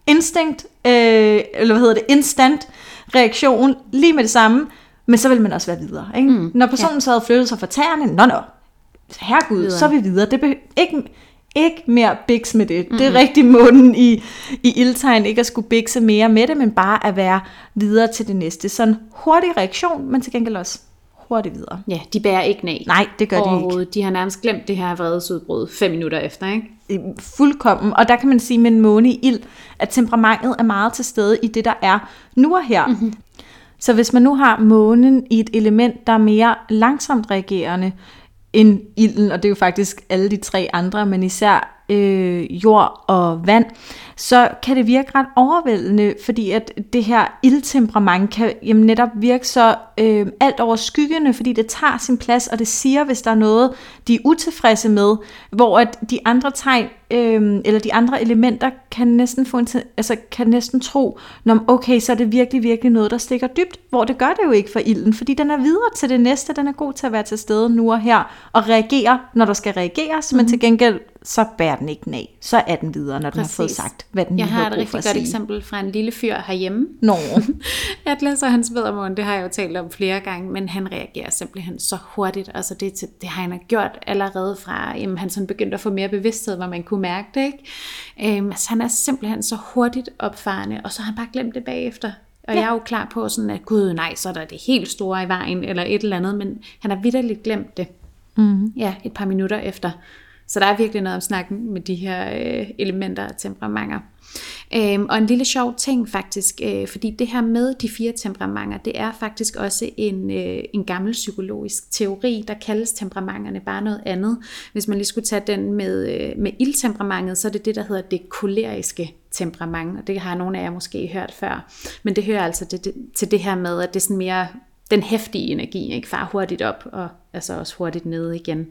instinct, øh, eller hvad hedder det, instant reaktion, lige med det samme, men så vil man også være videre. Ikke? Mm, Når personen ja. så havde flyttet sig fra tæerne, nå nå, herregud, videre. så er vi videre. Det behøver ikke, ikke mere biks med det. Mm. Det er rigtig måden i, i ildtegn, ikke at skulle bikse mere med det, men bare at være videre til det næste. Sådan hurtig reaktion, men til gengæld også hurtigt videre. Ja, de bærer ikke nag. Nej, det gør de ikke. De har nærmest glemt det her vredesudbrud fem minutter efter, ikke? Fuldkommen. Og der kan man sige med en måne i ild, at temperamentet er meget til stede i det, der er nu og her. Mm-hmm. Så hvis man nu har månen i et element, der er mere langsomt reagerende end ilden, og det er jo faktisk alle de tre andre, men især øh, jord og vand, så kan det virke ret overvældende, fordi at det her ildtemperament kan jamen, netop virke så øh, alt overskyggende, fordi det tager sin plads, og det siger, hvis der er noget, de er utilfredse med, hvor at de andre tegn, øh, eller de andre elementer, kan næsten, få en t- altså, kan næsten tro, når okay, så er det virkelig, virkelig noget, der stikker dybt, hvor det gør det jo ikke for ilden, fordi den er videre til det næste, den er god til at være til stede nu og her, og reagere, når der skal reageres, mm. men til gengæld, så bærer den ikke ned. Så er den videre, når den Præcis. har fået sagt, hvad den jeg har har et rigtig godt sige. eksempel fra en lille fyr herhjemme. Nå. Atlas og hans væddermåne, det har jeg jo talt om flere gange, men han reagerer simpelthen så hurtigt. Altså det, det har han gjort allerede fra, jamen han sådan begyndte at få mere bevidsthed, hvor man kunne mærke det, ikke? Øhm, altså han er simpelthen så hurtigt opfarende, og så har han bare glemt det bagefter. Og ja. jeg er jo klar på sådan, at gud nej, så er der det helt store i vejen, eller et eller andet, men han har vitterligt glemt det. Mm-hmm. Ja, et par minutter efter. Så der er virkelig noget om snakken med de her øh, elementer og temperamenter. Øhm, og en lille sjov ting faktisk, øh, fordi det her med de fire temperamenter, det er faktisk også en, øh, en gammel psykologisk teori, der kaldes temperamenterne bare noget andet. Hvis man lige skulle tage den med, øh, med ildtemperamentet, så er det det, der hedder det koleriske temperament, og det har nogle af jer måske hørt før. Men det hører altså det, det, til det her med, at det er sådan mere den heftige energi, ikke? Far hurtigt op og altså også hurtigt ned igen.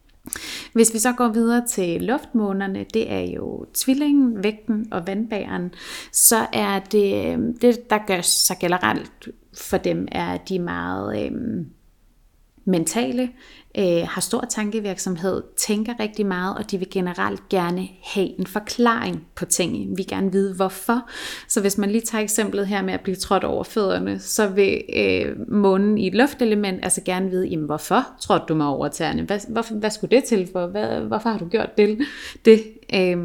Hvis vi så går videre til luftmånerne, det er jo tvillingen, vægten og vandbæren, så er det, det der gør sig generelt for dem, er at de er meget øhm, mentale, øh, har stor tankevirksomhed, tænker rigtig meget, og de vil generelt gerne have en forklaring på ting. Vi vil gerne vide hvorfor. Så hvis man lige tager eksemplet her med at blive trådt over fødderne, så vil øh, månen i et luftelement altså gerne vide, jamen hvorfor trådte du mig over tæerne? Hvad, hvorfor, hvad skulle det til for? Hvad, hvorfor har du gjort det? det øh,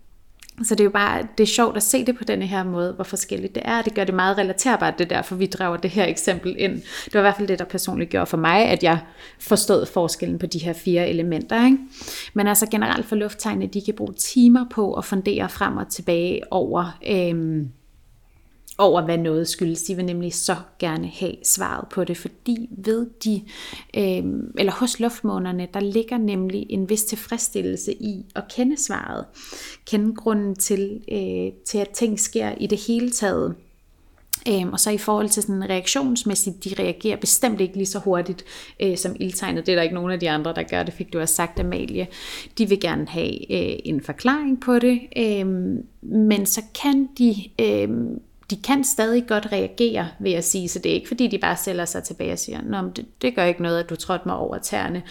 Så det er jo bare, det er sjovt at se det på denne her måde, hvor forskelligt det er. Det gør det meget relaterbart, det er derfor, vi drager det her eksempel ind. Det var i hvert fald det, der personligt gjorde for mig, at jeg forstod forskellen på de her fire elementer. Ikke? Men altså generelt for lufttegnene, de kan bruge timer på at fundere frem og tilbage over, øhm, over hvad noget skyldes. De vil nemlig så gerne have svaret på det, fordi ved de, øhm, eller hos luftmånerne, der ligger nemlig en vis tilfredsstillelse i at kende svaret. Kende grunden til, øh, til at ting sker i det hele taget. Øhm, og så i forhold til sådan reaktionsmæssigt, de reagerer bestemt ikke lige så hurtigt øh, som ildtegnet. Det er der ikke nogen af de andre, der gør det, fik du også sagt, Amalie. De vil gerne have øh, en forklaring på det, øh, men så kan de... Øh, De kan stadig godt reagere, vil jeg sige, så det er ikke fordi, de bare sælger sig tilbage og siger, nå, det, det gør ikke noget, at du trådte mig over tæerne.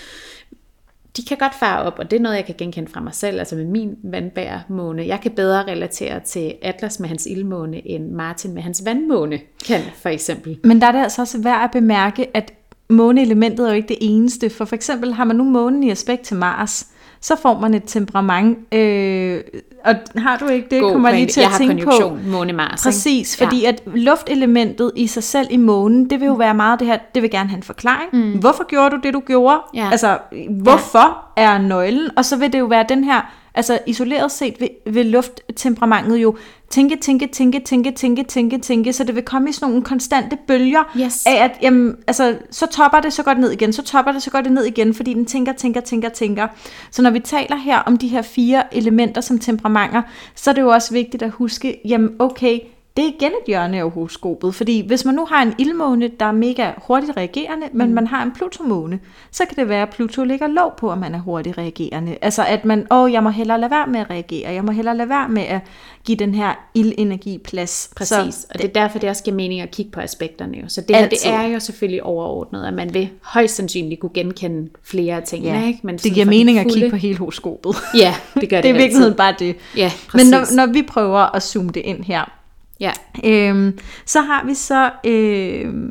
De kan godt fare op, og det er noget, jeg kan genkende fra mig selv, altså med min vandbærmåne. Jeg kan bedre relatere til Atlas med hans ildmåne, end Martin med hans vandmåne kan, for eksempel. Men der er det altså også værd at bemærke, at måneelementet er jo ikke det eneste, for for eksempel har man nu månen i aspekt til Mars, så får man et temperament, øh, og har du ikke det, God kommer lige til jeg at tænke på. Jeg har konjunktion, måne Mars. Præcis, fordi ja. at luftelementet i sig selv i månen, det vil jo være meget det her, det vil gerne have en forklaring. Mm. Hvorfor gjorde du det, du gjorde? Ja. Altså, hvorfor ja. er nøglen? Og så vil det jo være den her, altså isoleret set vil, vil lufttemperamentet jo tænke, tænke, tænke, tænke, tænke, tænke, tænke, så det vil komme i sådan nogle konstante bølger yes. af, at jamen, altså, så topper det, så går det ned igen, så topper det, så går det ned igen, fordi den tænker, tænker, tænker, tænker. Så når vi taler her om de her fire elementer som temperamenter, så er det jo også vigtigt at huske, jamen okay, det er igen et hjørne af horoskopet, fordi hvis man nu har en ildmåne, der er mega hurtigt reagerende, men mm. man har en Pluto-måne, så kan det være, at Pluto ligger låg på, at man er hurtigt reagerende. Altså at man, åh, jeg må hellere lade være med at reagere, jeg må hellere lade være med at give den her ildenergi plads. Præcis, så, og det er derfor, det også giver mening at kigge på aspekterne jo. Så det her, det er jo selvfølgelig overordnet, at man vil højst sandsynligt kunne genkende flere af tingene, ja, ikke? Men det giver mening fulde... at kigge på hele horoskopet. Ja, det gør det. Det er i virkeligheden bare det. Ja, men når, når vi prøver at zoome det ind her, ja. øhm, så har vi så øhm,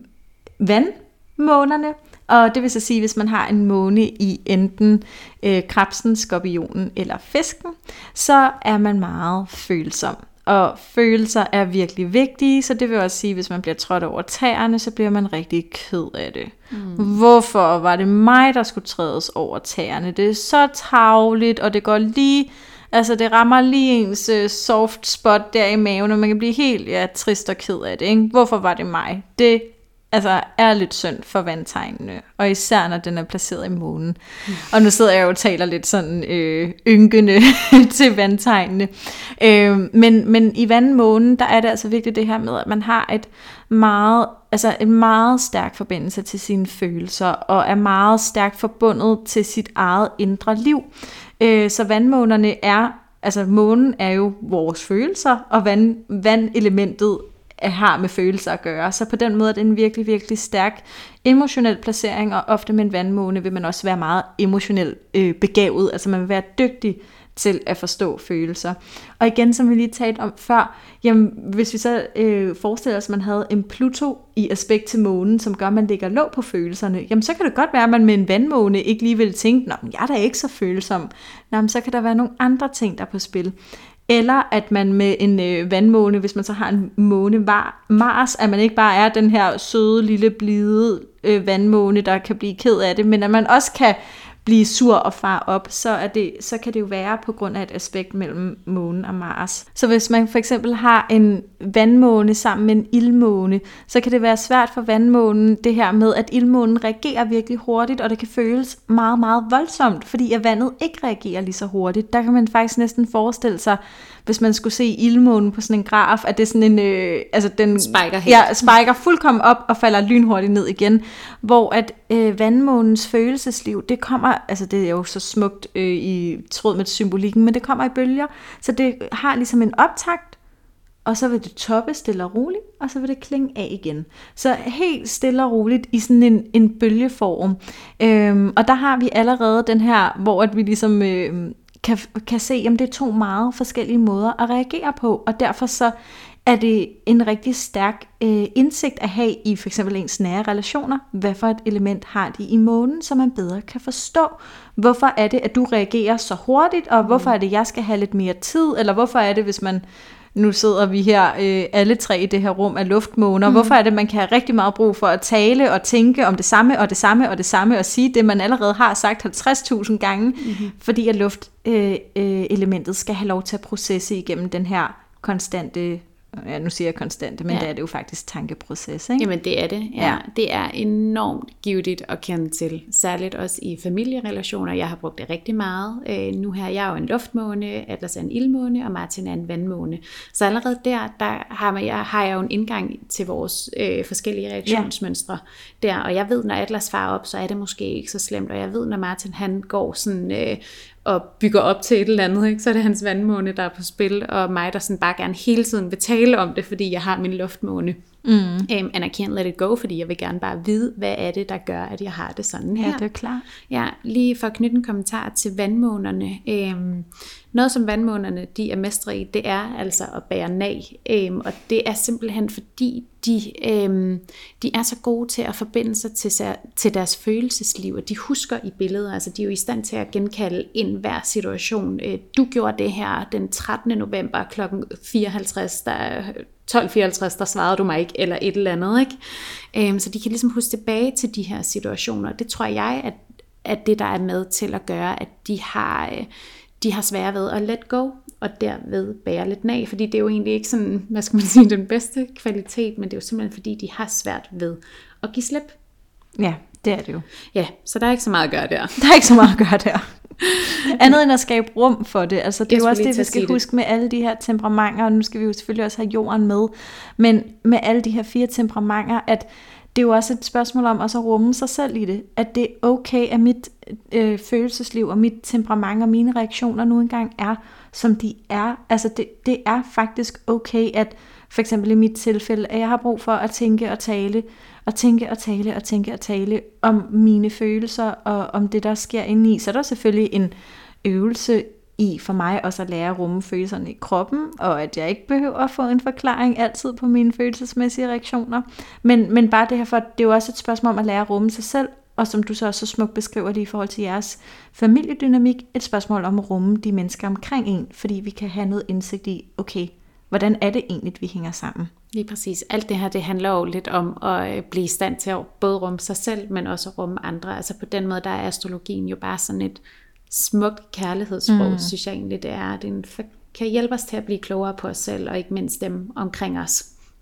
vandmånerne, og det vil så sige, hvis man har en måne i enten øh, krebsen, skorpionen eller fisken, så er man meget følsom. Og følelser er virkelig vigtige, så det vil også sige, at hvis man bliver trådt over tæerne, så bliver man rigtig ked af det. Mm. Hvorfor var det mig, der skulle trædes over tæerne? Det er så tarveligt, og det går lige, altså det rammer lige ens uh, soft spot der i maven, og man kan blive helt ja, trist og ked af det. Ikke? Hvorfor var det mig? Det altså, er lidt synd for vandtegnene, og især når den er placeret i månen. Mm. Og nu sidder jeg jo og taler lidt sådan øh, ynkende til vandtegnene. Øh, men, men i vandmånen, der er det altså vigtigt det her med, at man har et meget, altså en meget stærk forbindelse til sine følelser, og er meget stærkt forbundet til sit eget indre liv. Øh, så vandmånerne er, altså månen er jo vores følelser, og vand, vandelementet har med følelser at gøre. Så på den måde er det en virkelig, virkelig stærk emotionel placering, og ofte med en vandmåne vil man også være meget emotionelt øh, begavet, altså man vil være dygtig til at forstå følelser. Og igen, som vi lige talte om før, jamen, hvis vi så øh, forestiller os, at man havde en Pluto i aspekt til månen, som gør, at man ligger låg på følelserne, jamen så kan det godt være, at man med en vandmåne ikke lige vil tænke, nå, men jeg er da ikke så følsom. Nå, men så kan der være nogle andre ting, der er på spil. Eller at man med en øh, vandmåne, hvis man så har en måne var Mars, at man ikke bare er den her søde, lille, blide øh, vandmåne, der kan blive ked af det, men at man også kan blive sur og far op, så, er det, så kan det jo være på grund af et aspekt mellem månen og Mars. Så hvis man for eksempel har en vandmåne sammen med en ildmåne, så kan det være svært for vandmånen det her med, at ildmånen reagerer virkelig hurtigt, og det kan føles meget, meget voldsomt, fordi at vandet ikke reagerer lige så hurtigt. Der kan man faktisk næsten forestille sig, hvis man skulle se ildmånen på sådan en graf, at det er sådan en, øh, altså den spiker helt. Ja, spiker fuldkommen op og falder lynhurtigt ned igen, hvor at øh, vandmånens følelsesliv, det kommer, altså det er jo så smukt øh, i tråd med symbolikken, men det kommer i bølger, så det har ligesom en optakt, og så vil det toppe stille og roligt, og så vil det klinge af igen. Så helt stille og roligt i sådan en, en bølgeform. Øhm, og der har vi allerede den her, hvor at vi ligesom øh, kan, kan se, at det er to meget forskellige måder at reagere på, og derfor så er det en rigtig stærk øh, indsigt at have i for eksempel ens nære relationer. Hvad for et element har de i månen, så man bedre kan forstå, hvorfor er det, at du reagerer så hurtigt, og hvorfor er det, jeg skal have lidt mere tid, eller hvorfor er det, hvis man, nu sidder vi her øh, alle tre i det her rum af luftmåner, mm. hvorfor er det, man kan have rigtig meget brug for at tale og tænke om det samme, og det samme, og det samme, og sige det, man allerede har sagt halvtreds tusind gange, mm-hmm. fordi at luftelementet øh, øh, skal have lov til at processe igennem den her konstante, ja, nu siger jeg konstante, men ja. Det er det jo faktisk tankeproces, ikke? Jamen det er det, ja. ja. Det er enormt givetigt at kende til, særligt også i familierelationer. Jeg har brugt det rigtig meget. Øh, nu her, jeg er jo en luftmåne, Atlas er en ildmåne, og Martin er en vandmåne. Så allerede der, der har, jeg, har jeg jo en indgang til vores øh, forskellige reaktionsmønstre ja. Der, og jeg ved, når Atlas farer op, så er det måske ikke så slemt, og jeg ved, når Martin han går sådan øh, og bygger op til et eller andet, ikke? Så er det hans vandmåne, der er på spil, og mig, der sådan bare gerne hele tiden vil tale om det, fordi jeg har min luftmåne. Mm. Um, and I can't let it go, fordi jeg vil gerne bare vide, hvad er det, der gør, at jeg har det sådan her. Ja, det er klart. Ja, lige for at knytte en kommentar til vandmånerne. Um, noget, som vandmånerne, de er mestre i, det er altså at bære nag. Um, og det er simpelthen fordi, de, um, de er så gode til at forbinde sig til, til deres følelsesliv, og de husker i billeder, altså de er jo i stand til at genkalde enhver situation. Uh, du gjorde det her den trettende november klokken fireoghalvtreds, der tolv fireoghalvtreds, der svarede du mig ikke, eller et eller andet, ikke? Um, så de kan ligesom huske tilbage til de her situationer. Det tror jeg, at, at det, der er med til at gøre, at de har, de har svært ved at let go, og derved bære lidt nag, fordi det er jo egentlig ikke sådan, hvad skal man sige, den bedste kvalitet, men det er jo simpelthen, fordi de har svært ved at give slip. Ja, det er det jo. Ja, så der er ikke så meget at gøre der. Der er ikke så meget at gøre der. Andet end at skabe rum for det. Altså, det er Jeg jo også skulle det, lige vi til at sige skal huske med alle de her temperamenter, og nu skal vi jo selvfølgelig også have jorden med, men med alle de her fire temperamenter, at det er jo også et spørgsmål om også at rumme sig selv i det. At det er okay, at mit øh, følelsesliv og mit temperament og mine reaktioner nu engang er, som de er. Altså det, det er faktisk okay, at for eksempel i mit tilfælde, at jeg har brug for at tænke og tale, og tænke og tale og tænke og tale om mine følelser og om det, der sker indeni. Så er der selvfølgelig en øvelse i for mig også at lære at rumme følelserne i kroppen, og at jeg ikke behøver at få en forklaring altid på mine følelsesmæssige reaktioner. Men, men bare det her, for det er jo også et spørgsmål om at lære at rumme sig selv, og som du så også så smukt beskriver det i forhold til jeres familiedynamik, et spørgsmål om at rumme de mennesker omkring en, fordi vi kan have noget indsigt i, okay, hvordan er det egentlig, vi hænger sammen? Lige præcis. Alt det her, det handler jo lidt om at blive i stand til at både rumme sig selv, men også at rumme andre. Altså på den måde, der er astrologien jo bare sådan et smukt kærlighedssprog, mm. synes jeg egentlig, det er. Den kan hjælpe os til at blive klogere på os selv, og ikke mindst dem omkring os.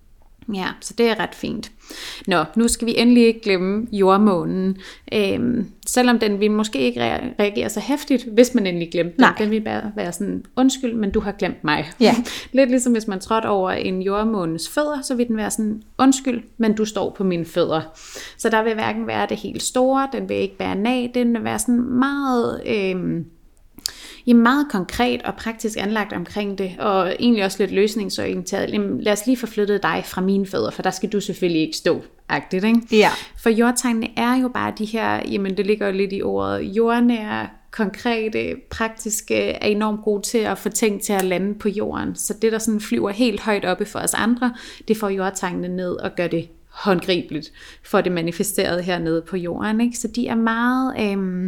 Ja, så det er ret fint. Nå, nu skal vi endelig ikke glemme jordmånen. Øhm, selvom den vil måske ikke reagere så hæftigt, hvis man endelig glemte den. Den vil bare være sådan, undskyld, men du har glemt mig. Ja. Lidt ligesom hvis man trådte over en jordmånens fødder, så vil den være sådan, undskyld, men du står på mine fødder. Så der vil hverken være det helt store, den vil ikke være nag, den vil være sådan meget... Øhm, I er meget konkret og praktisk anlagt omkring det, og egentlig også lidt løsningsorienteret. Jamen, lad os lige få flyttet dig fra mine fødder, for der skal du selvfølgelig ikke stå, agtigt, ikke? Ja. For jordtegnene er jo bare de her, jamen det ligger jo lidt i ordet, jordnære, konkrete, praktiske, er enormt gode til at få ting til at lande på jorden. Så det, der sådan flyver helt højt oppe for os andre, det får jordtegnene ned og gør det håndgribeligt, for det manifesteret hernede på jorden, ikke? Så de er meget... Øhm,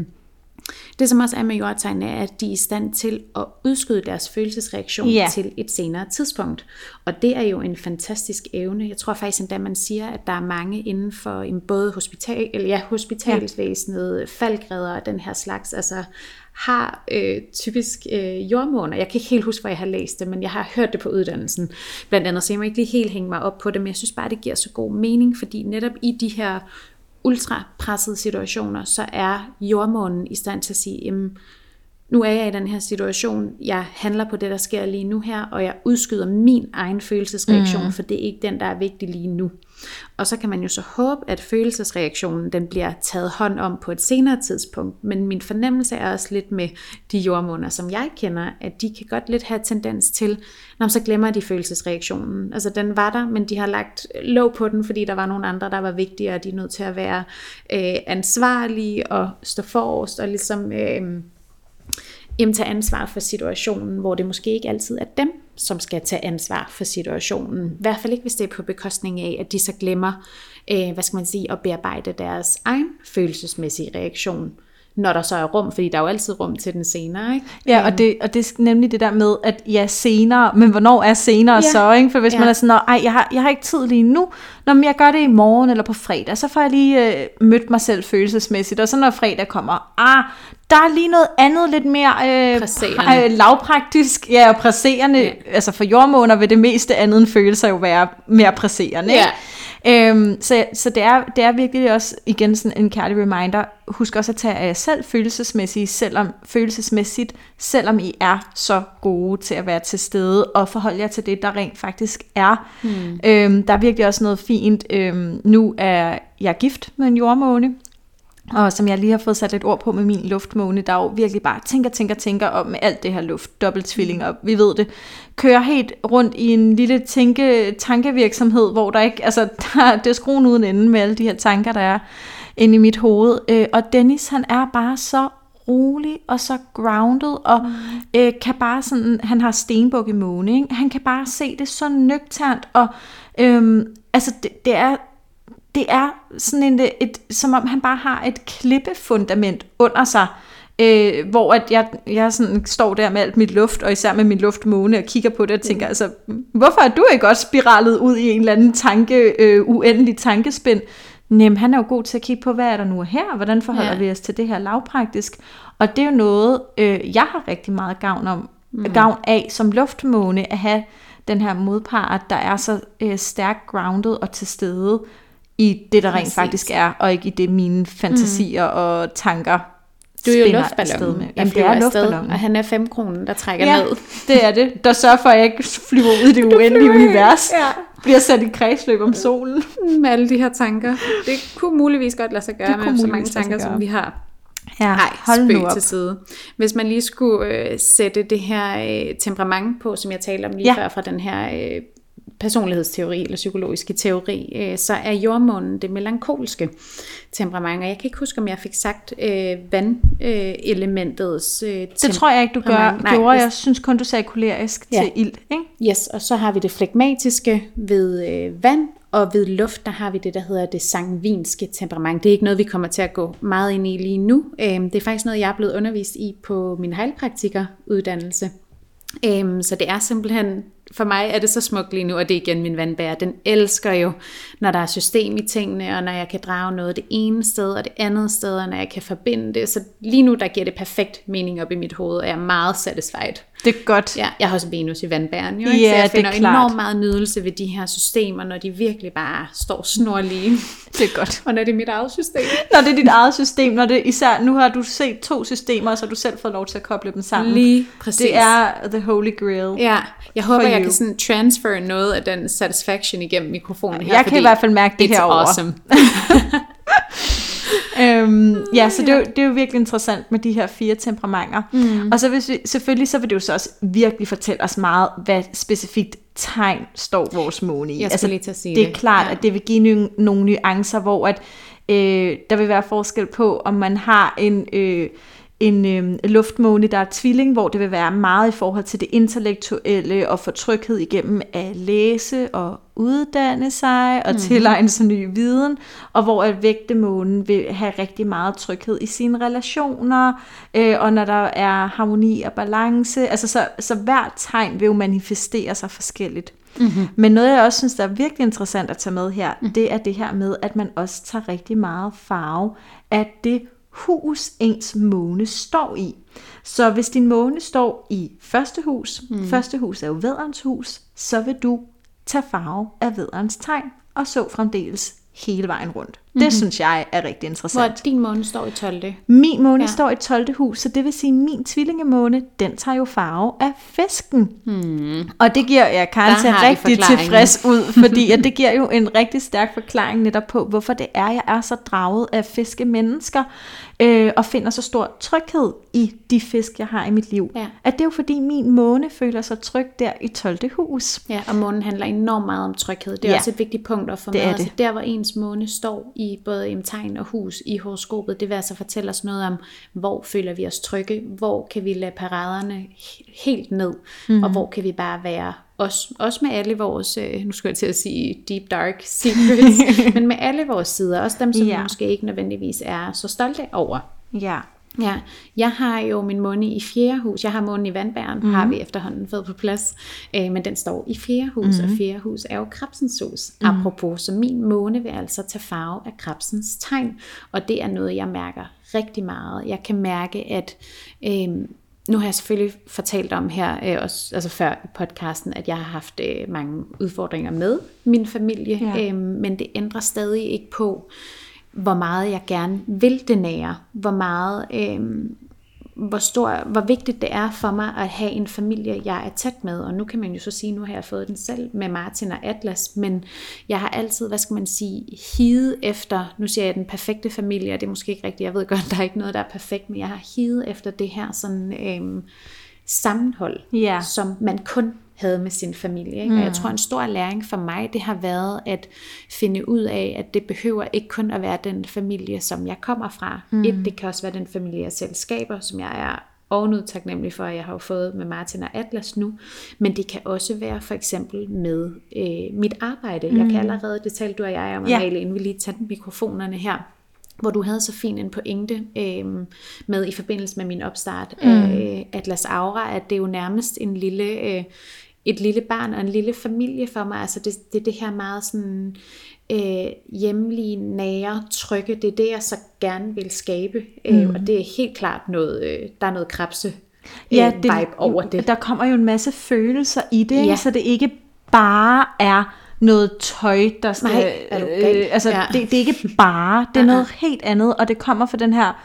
Det som også er med jordtegnene er, at de er i stand til at udskyde deres følelsesreaktion yeah. til et senere tidspunkt. Og det er jo en fantastisk evne. Jeg tror faktisk endda, man siger, at der er mange inden for en både hospital, eller ja, hospitalsvæsenet, yeah. falkredder og den her slags, altså har øh, typisk øh, jordmåner. Jeg kan ikke helt huske, hvor jeg har læst det, men jeg har hørt det på uddannelsen. Blandt andet, så jeg må ikke lige helt hænge mig op på det, men jeg synes bare, det giver så god mening, fordi netop i de her ultrapressede situationer, så er jordmånen i stand til at sige, jamen, nu er jeg i den her situation, jeg handler på det, der sker lige nu her, og jeg udskyder min egen følelsesreaktion, mm. for det er ikke den, der er vigtig lige nu. Og så kan man jo så håbe, at følelsesreaktionen, den bliver taget hånd om på et senere tidspunkt, men min fornemmelse er også lidt med de jordmåner, som jeg kender, at de kan godt lidt have tendens til, når så glemmer de følelsesreaktionen. Altså den var der, men de har lagt låg på den, fordi der var nogle andre, der var vigtigere, og de er nødt til at være øh, ansvarlige og stå forrest, og ligesom... Øh, Jamen tage ansvar for situationen, hvor det måske ikke altid er dem, som skal tage ansvar for situationen. I hvert fald ikke, hvis det er på bekostning af, at de så glemmer, øh, hvad skal man sige, at bearbejde deres egen følelsesmæssige reaktion, når der så er rum, fordi der er jo altid rum til den senere, ikke? Ja, og det, og det er nemlig det der med, at ja, senere, men hvornår er senere ja. så, ikke? For hvis ja. man er sådan, ej, jeg har, jeg har ikke tid lige nu, når jeg gør det i morgen eller på fredag, så får jeg lige øh, mødt mig selv følelsesmæssigt, og så når fredag kommer, ah, der er lige noget andet lidt mere øh, øh, lavpraktisk, ja, og presserende, ja. altså for jordmåner vil det meste andet end følelser jo være mere presserende, ikke? Ja. Øhm, så så det, er, det er virkelig også igen sådan en kærlig reminder. Husk også at tage af jer selv følelsesmæssigt, selvom, følelsesmæssigt, selvom I er så gode til at være til stede og forholde jer til det, der rent faktisk er. Hmm. Øhm, der er virkelig også noget fint. Øhm, nu er jeg gift med en jordmåne, og som jeg lige har fået sat et ord på med min luftmåne, der jo virkelig bare tænker, tænker, tænker om med alt det her luft, dobbelttvillinger, vi ved det, kører helt rundt i en lille tænke, tankevirksomhed, hvor der ikke, altså der, det er skruen uden ende med alle de her tanker, der er inde i mit hoved. Og Dennis, han er bare så rolig og så grounded, og mm. øh, kan bare sådan, han har stenbuk i måne, ikke? Han kan bare se det så nøgternt, og øhm, altså det, det er Det er sådan en, et, et, som om han bare har et klippefundament under sig, øh, hvor at jeg, jeg sådan står der med alt mit luft, og især med min luftmåne, og kigger på det og tænker, mm. altså, hvorfor er du ikke også spiralet ud i en eller anden tanke, øh, uendelig tankespind? Nem, han er jo god til at kigge på, hvad er der nu her, hvordan forholder ja. vi os til det her lavpraktisk? Og det er jo noget, øh, jeg har rigtig meget gavn, om, mm. gavn af som luftmåne, at have den her modpart, der er så øh, stærkt grounded og til stede, i det, der rent faktisk er, og ikke i det, mine fantasier mm. og tanker Du er jo spænder luftballon, afsted med. der Jamen, det flyver er afsted, luftballon. og han er fem kroner, der trækker Ja, ned. det er det. Der sørger for, at jeg ikke flyver ud i det uendelige univers. Ja. Bliver sat i kredsløb om solen. Med alle de her tanker. Det kunne muligvis godt lade sig gøre Det med kunne så mange muligvis lade sig tanker, som gøre. vi har. Ja, Nej, hold nu spøg op. til side. Hvis man lige skulle øh, sætte det her øh, temperament på, som jeg talte om lige Ja. før fra den her øh, personlighedsteori eller psykologiske teori, øh, så er jordmånen det melankolske temperament. Og jeg kan ikke huske, om jeg fik sagt øh, vandelementets øh, temperament. Det tror jeg ikke, du gør, Nej, gjorde. hvis- Jeg synes kun, du sagde kolerisk Ja. til ild. Ikke? Yes, og så har vi det flegmatiske ved øh, vand, og ved luft, der har vi det, der hedder det sangvinske temperament. Det er ikke noget, vi kommer til at gå meget ind i lige nu. Øhm, det er faktisk noget, jeg er blevet undervist i på min heilpraktikeruddannelse. Øhm, så det er simpelthen, for mig er det så smukt lige nu, og det er igen min vandbærer. Den elsker jo, når der er system i tingene, og når jeg kan drage noget det ene sted, og det andet sted, og når jeg kan forbinde det. Så lige nu, der giver det perfekt mening op i mit hoved, og jeg er meget satisfied. Det er godt. Ja, jeg har også Venus i vandbæren, jo, ikke? Ja, Så jeg det er finder klart. enormt meget nydelse ved de her systemer, når de virkelig bare står snorlige. Det er godt. Og når det er mit eget system. Når det er dit eget system, når det især, nu har du set to systemer, så har du selv fået lov til at koble dem sammen. Lige præcis. Det er the holy grail. Ja, jeg håber, For jeg you. kan sådan transfer noget af den satisfaction igennem mikrofonen her. Jeg kan i hvert fald mærke det it's herovre. awesome. øhm, ja, så det er, jo, det er jo virkelig interessant med de her fire temperamenter. Mm. Og så hvis vi, selvfølgelig så vil det jo så også virkelig fortælle os meget, hvad specifikt tegn står vores måne i. Jeg skal lige til at sige det er det. klart, Ja. at det vil give nogle, nogle nuancer, hvor at, øh, der vil være forskel på, om man har en... Øh, en øh, luftmåne, der er tvilling, hvor det vil være meget i forhold til det intellektuelle og få tryghed igennem at læse og uddanne sig og mm-hmm. tilegne sig ny viden, og hvor at vægtemånen vil have rigtig meget tryghed i sine relationer, øh, og når der er harmoni og balance, altså så, så hver tegn vil jo manifestere sig forskelligt. Mm-hmm. Men noget jeg også synes, der er virkelig interessant at tage med her, mm. det er det her med, at man også tager rigtig meget farve af det hus, ens måne står i. Så hvis din måne står i første hus, mm. første hus er jo vædderens hus, så vil du tage farve af vædderens tegn, og så fremdeles hele vejen rundt. Mm-hmm. Det synes jeg er rigtig interessant. Hvor din måne står i tolvte. Min måne Ja. står i tolvte hus, så det vil sige, at min tvillingemåne, den tager jo farve af fisken. Hmm. Og det giver jeg Karen Der til har vi rigtig forklaringen. tilfreds ud, fordi at det giver jo en rigtig stærk forklaring netop på, hvorfor det er, jeg er så draget af fiskemennesker, øh, og finder så stor tryghed i de fisk, jeg har i mit liv. Ja. At det er jo fordi, min måne føler sig tryg der i tolvte hus. Ja, og månen handler enormt meget om tryghed. Det er Ja. også et vigtigt punkt at få Det med. er Altså, det. der, hvor ens måne står i både i tegn og hus i horoskopet, det vil altså fortælle os noget om, hvor føler vi os trygge, hvor kan vi lade paraderne he- helt ned, mm. og hvor kan vi bare være os, også med alle vores, øh, nu skal jeg til at sige deep dark secrets, men med alle vores sider, også dem, som Ja. vi måske ikke nødvendigvis er så stolte over. Ja. Ja, jeg har jo min måne i fjerde hus. Jeg har månen i vandbæren, mm. har vi efterhånden fået på plads. Øh, men den står i fjerde hus, mm. og fjerde hus er jo krebsens hus. Mm. Apropos, så min måne vil altså tage farve af krebsens tegn. Og det er noget, jeg mærker rigtig meget. Jeg kan mærke, at... Øh, nu har jeg selvfølgelig fortalt om her, øh, også, altså før i podcasten, at jeg har haft øh, mange udfordringer med min familie. Ja. Øh, men det ændrer stadig ikke på, hvor meget jeg gerne vil det nære, hvor meget, øh, hvor stor, hvor vigtigt det er for mig at have en familie, jeg er tæt med. Og nu kan man jo så sige, nu har jeg fået den selv med Martin og Atlas, men jeg har altid, hvad skal man sige, higet efter, nu siger jeg den perfekte familie, og det er måske ikke rigtigt, jeg ved godt, der er ikke noget, der er perfekt, men jeg har higet efter det her sådan øh, sammenhold, Ja. som man kun havde med sin familie. Ikke? Mm. Og jeg tror, en stor læring for mig, det har været at finde ud af, at det behøver ikke kun at være den familie, som jeg kommer fra. Mm. Et, det kan også være den familie, jeg selv skaber, som jeg er ovenud taknemmelig for, at jeg har jo fået med Martin og Atlas nu. Men det kan også være for eksempel med øh, mit arbejde. Mm. Jeg kan allerede, det talte du og jeg om, Ja. Amalie, inden vi lige tager mikrofonerne her, hvor du havde så fin en pointe øh, med i forbindelse med min opstart mm. af Atlas Aura, at det er jo nærmest en lille, øh, et lille barn og en lille familie for mig. Altså det, det er det her meget sådan øh, hjemlige, nære, trygge. Det er det, jeg så gerne vil skabe. Mm. Øh, og det er helt klart noget, øh, der er noget krebse øh, Ja, det, vibe over det. Der kommer jo en masse følelser i det, Ja. så det ikke bare er noget tøj, der skal... Nej, er du gal? øh, altså, Ja. det, det er ikke bare, det er noget helt andet, og det kommer fra den her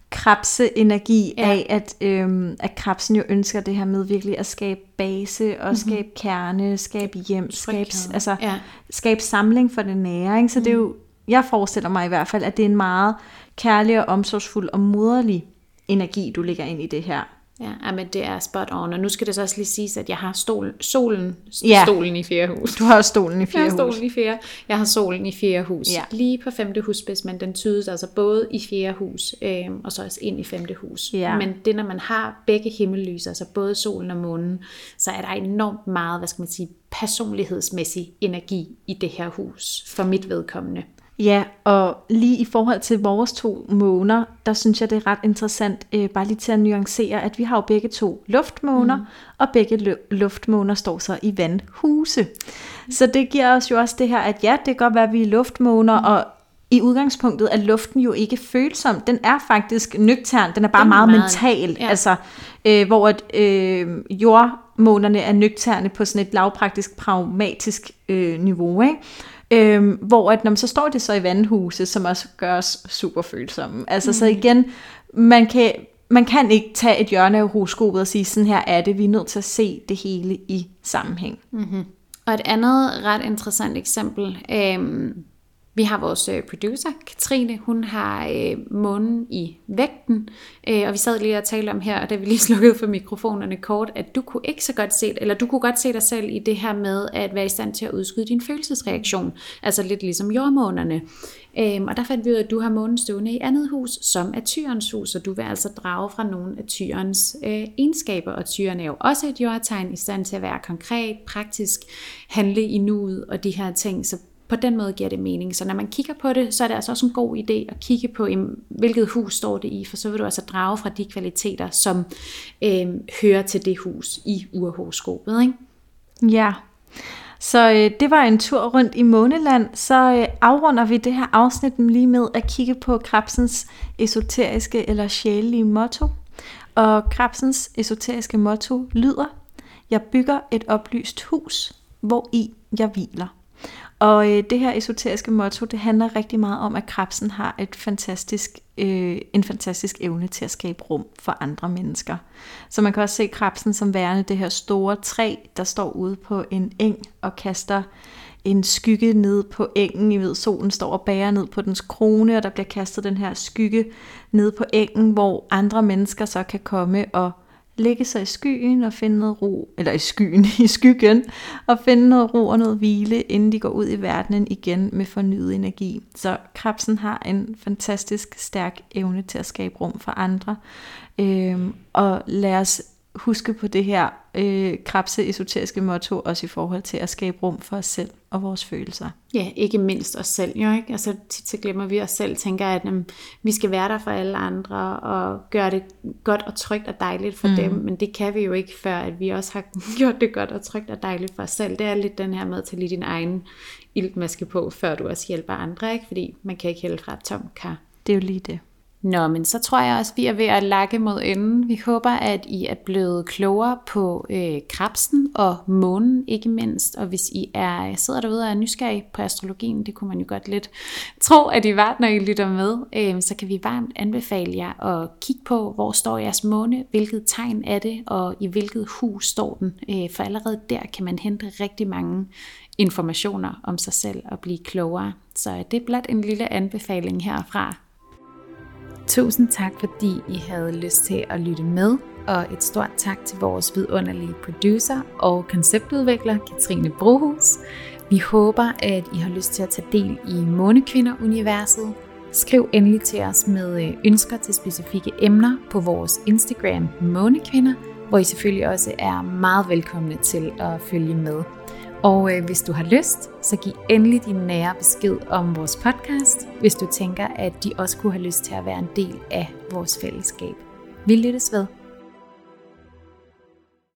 krebse-energi Ja. af, at, øhm, at krebsen jo ønsker det her med virkelig at skabe base, og mm-hmm. skabe kerne, skabe hjem, skabe, altså, ja. skabe samling for det nære. Ikke? Så mm. det er jo, jeg forestiller mig i hvert fald, at det er en meget kærlig og omsorgsfuld og moderlig energi, du lægger ind i det her. Ja, men det er spot on. Og nu skal det så også lige siges, at jeg har stol, solen, ja. stolen i fjerde hus. Du har stolen i fjerde jeg har hus. Stolen i fjerde. Jeg har solen i fjerde hus. Ja. Lige på femte husspids, men den tydes altså både i fjerde hus, øh, og så også ind i femte hus. Ja. Men det, når man har begge himmellyser, altså både solen og månen, så er der enormt meget, hvad skal man sige, personlighedsmæssig energi i det her hus, for mit vedkommende. Ja, og lige i forhold til vores to måner, der synes jeg, det er ret interessant, øh, bare lige til at nuancere, at vi har jo begge to luftmåner, mm. og begge lu- luftmåner står så i vandhuse. Mm. Så det giver os jo også det her, at ja, det kan godt være, at vi er luftmåner, mm. og i udgangspunktet er luften jo ikke følsom. Den er faktisk nøgtern, den er bare den er meget, meget mental. Ja. Altså, øh, hvor at, øh, jordmånerne er nøgterne på sådan et lavpraktisk, pragmatisk øh, niveau, ikke? Øhm, hvor at, når man så står det så i vandhuse, som også gør os super følsomme. Altså mm. så igen, man kan, man kan ikke tage et hjørne af horoskopet og sige, sådan her er det, vi er nødt til at se det hele i sammenhæng. Mm-hmm. Og et andet ret interessant eksempel, øhm, vi har vores øh, producer, Katrine, hun har øh, månen i vægten, øh, og vi sad lige og talte om her, og da vi lige slukkede for mikrofonerne kort, at du kunne ikke så godt se, eller du kunne godt se dig selv i det her med at være i stand til at udskyde din følelsesreaktion, altså lidt ligesom jordmånerne. Øhm, og der fandt vi ud af, at du har månen stående i andet hus, som er Tyrens hus, og du vil altså drage fra nogle af Tyrens øh, egenskaber, og Tyren er jo også et jordtegn i stand til at være konkret, praktisk, handle i nuet og de her ting, så på den måde giver det mening. Så når man kigger på det, så er det altså også en god idé at kigge på, hvilket hus står det i, for så vil du altså drage fra de kvaliteter, som øh, hører til det hus i urhoroskopet, ikke? Ja, så øh, det var en tur rundt i Måneland. Så øh, afrunder vi det her afsnit lige med at kigge på Krebsens esoteriske eller sjælelige motto. Og Krebsens esoteriske motto lyder: jeg bygger et oplyst hus, hvor i jeg hviler. Og øh, det her esoteriske motto, det handler rigtig meget om, at Krebsen har et fantastisk, øh, en fantastisk evne til at skabe rum for andre mennesker. Så man kan også se Krebsen som værende det her store træ, der står ude på en eng og kaster en skygge ned på engen. I ved, solen står og bærer ned på dens krone, og der bliver kastet den her skygge ned på engen, hvor andre mennesker så kan komme og lægge sig i skyen og finde noget ro, eller i skyen, i skyggen, og finde noget ro og noget hvile, inden de går ud i verdenen igen med fornyet energi. Så Krebsen har en fantastisk stærk evne til at skabe rum for andre. Øhm, og lad os huske på det her øh, Krebse esoteriske motto, også i forhold til at skabe rum for os selv og vores følelser. Ja, ikke mindst os selv, jo ikke? Altså tit så glemmer vi os selv, tænker at um, vi skal være der for alle andre, og gøre det godt og trygt og dejligt for mm. dem, men det kan vi jo ikke, før at vi også har gjort det godt og trygt og dejligt for os selv. Det er lidt den her med at tage lige din egen iltmaske på, før du også hjælper andre, ikke? Fordi man kan ikke hælde fra et tomt kar. Det er jo lige det. Nå, men så tror jeg også, vi er ved at lakke mod enden. Vi håber, at I er blevet klogere på øh, Krebsen og månen, ikke mindst. Og hvis I er sidder derude og er nysgerrige på astrologien, det kunne man jo godt lidt tro, at I var, når I lytter med, øh, så kan vi varmt anbefale jer at kigge på, hvor står jeres måne, hvilket tegn er det, og i hvilket hus står den. Øh, for allerede der kan man hente rigtig mange informationer om sig selv og blive klogere. Så det er blot en lille anbefaling herfra. Tusind tak, fordi I havde lyst til at lytte med, og et stort tak til vores vidunderlige producer og konceptudvikler, Katrine Brohus. Vi håber, at I har lyst til at tage del i Månekvinder-universet. Skriv endelig til os med ønsker til specifikke emner på vores Instagram Månekvinder, hvor I selvfølgelig også er meget velkomne til at følge med. Og øh, hvis du har lyst, så giv endelig din nære besked om vores podcast, hvis du tænker, at de også kunne have lyst til at være en del af vores fællesskab. Vi lyttes ved.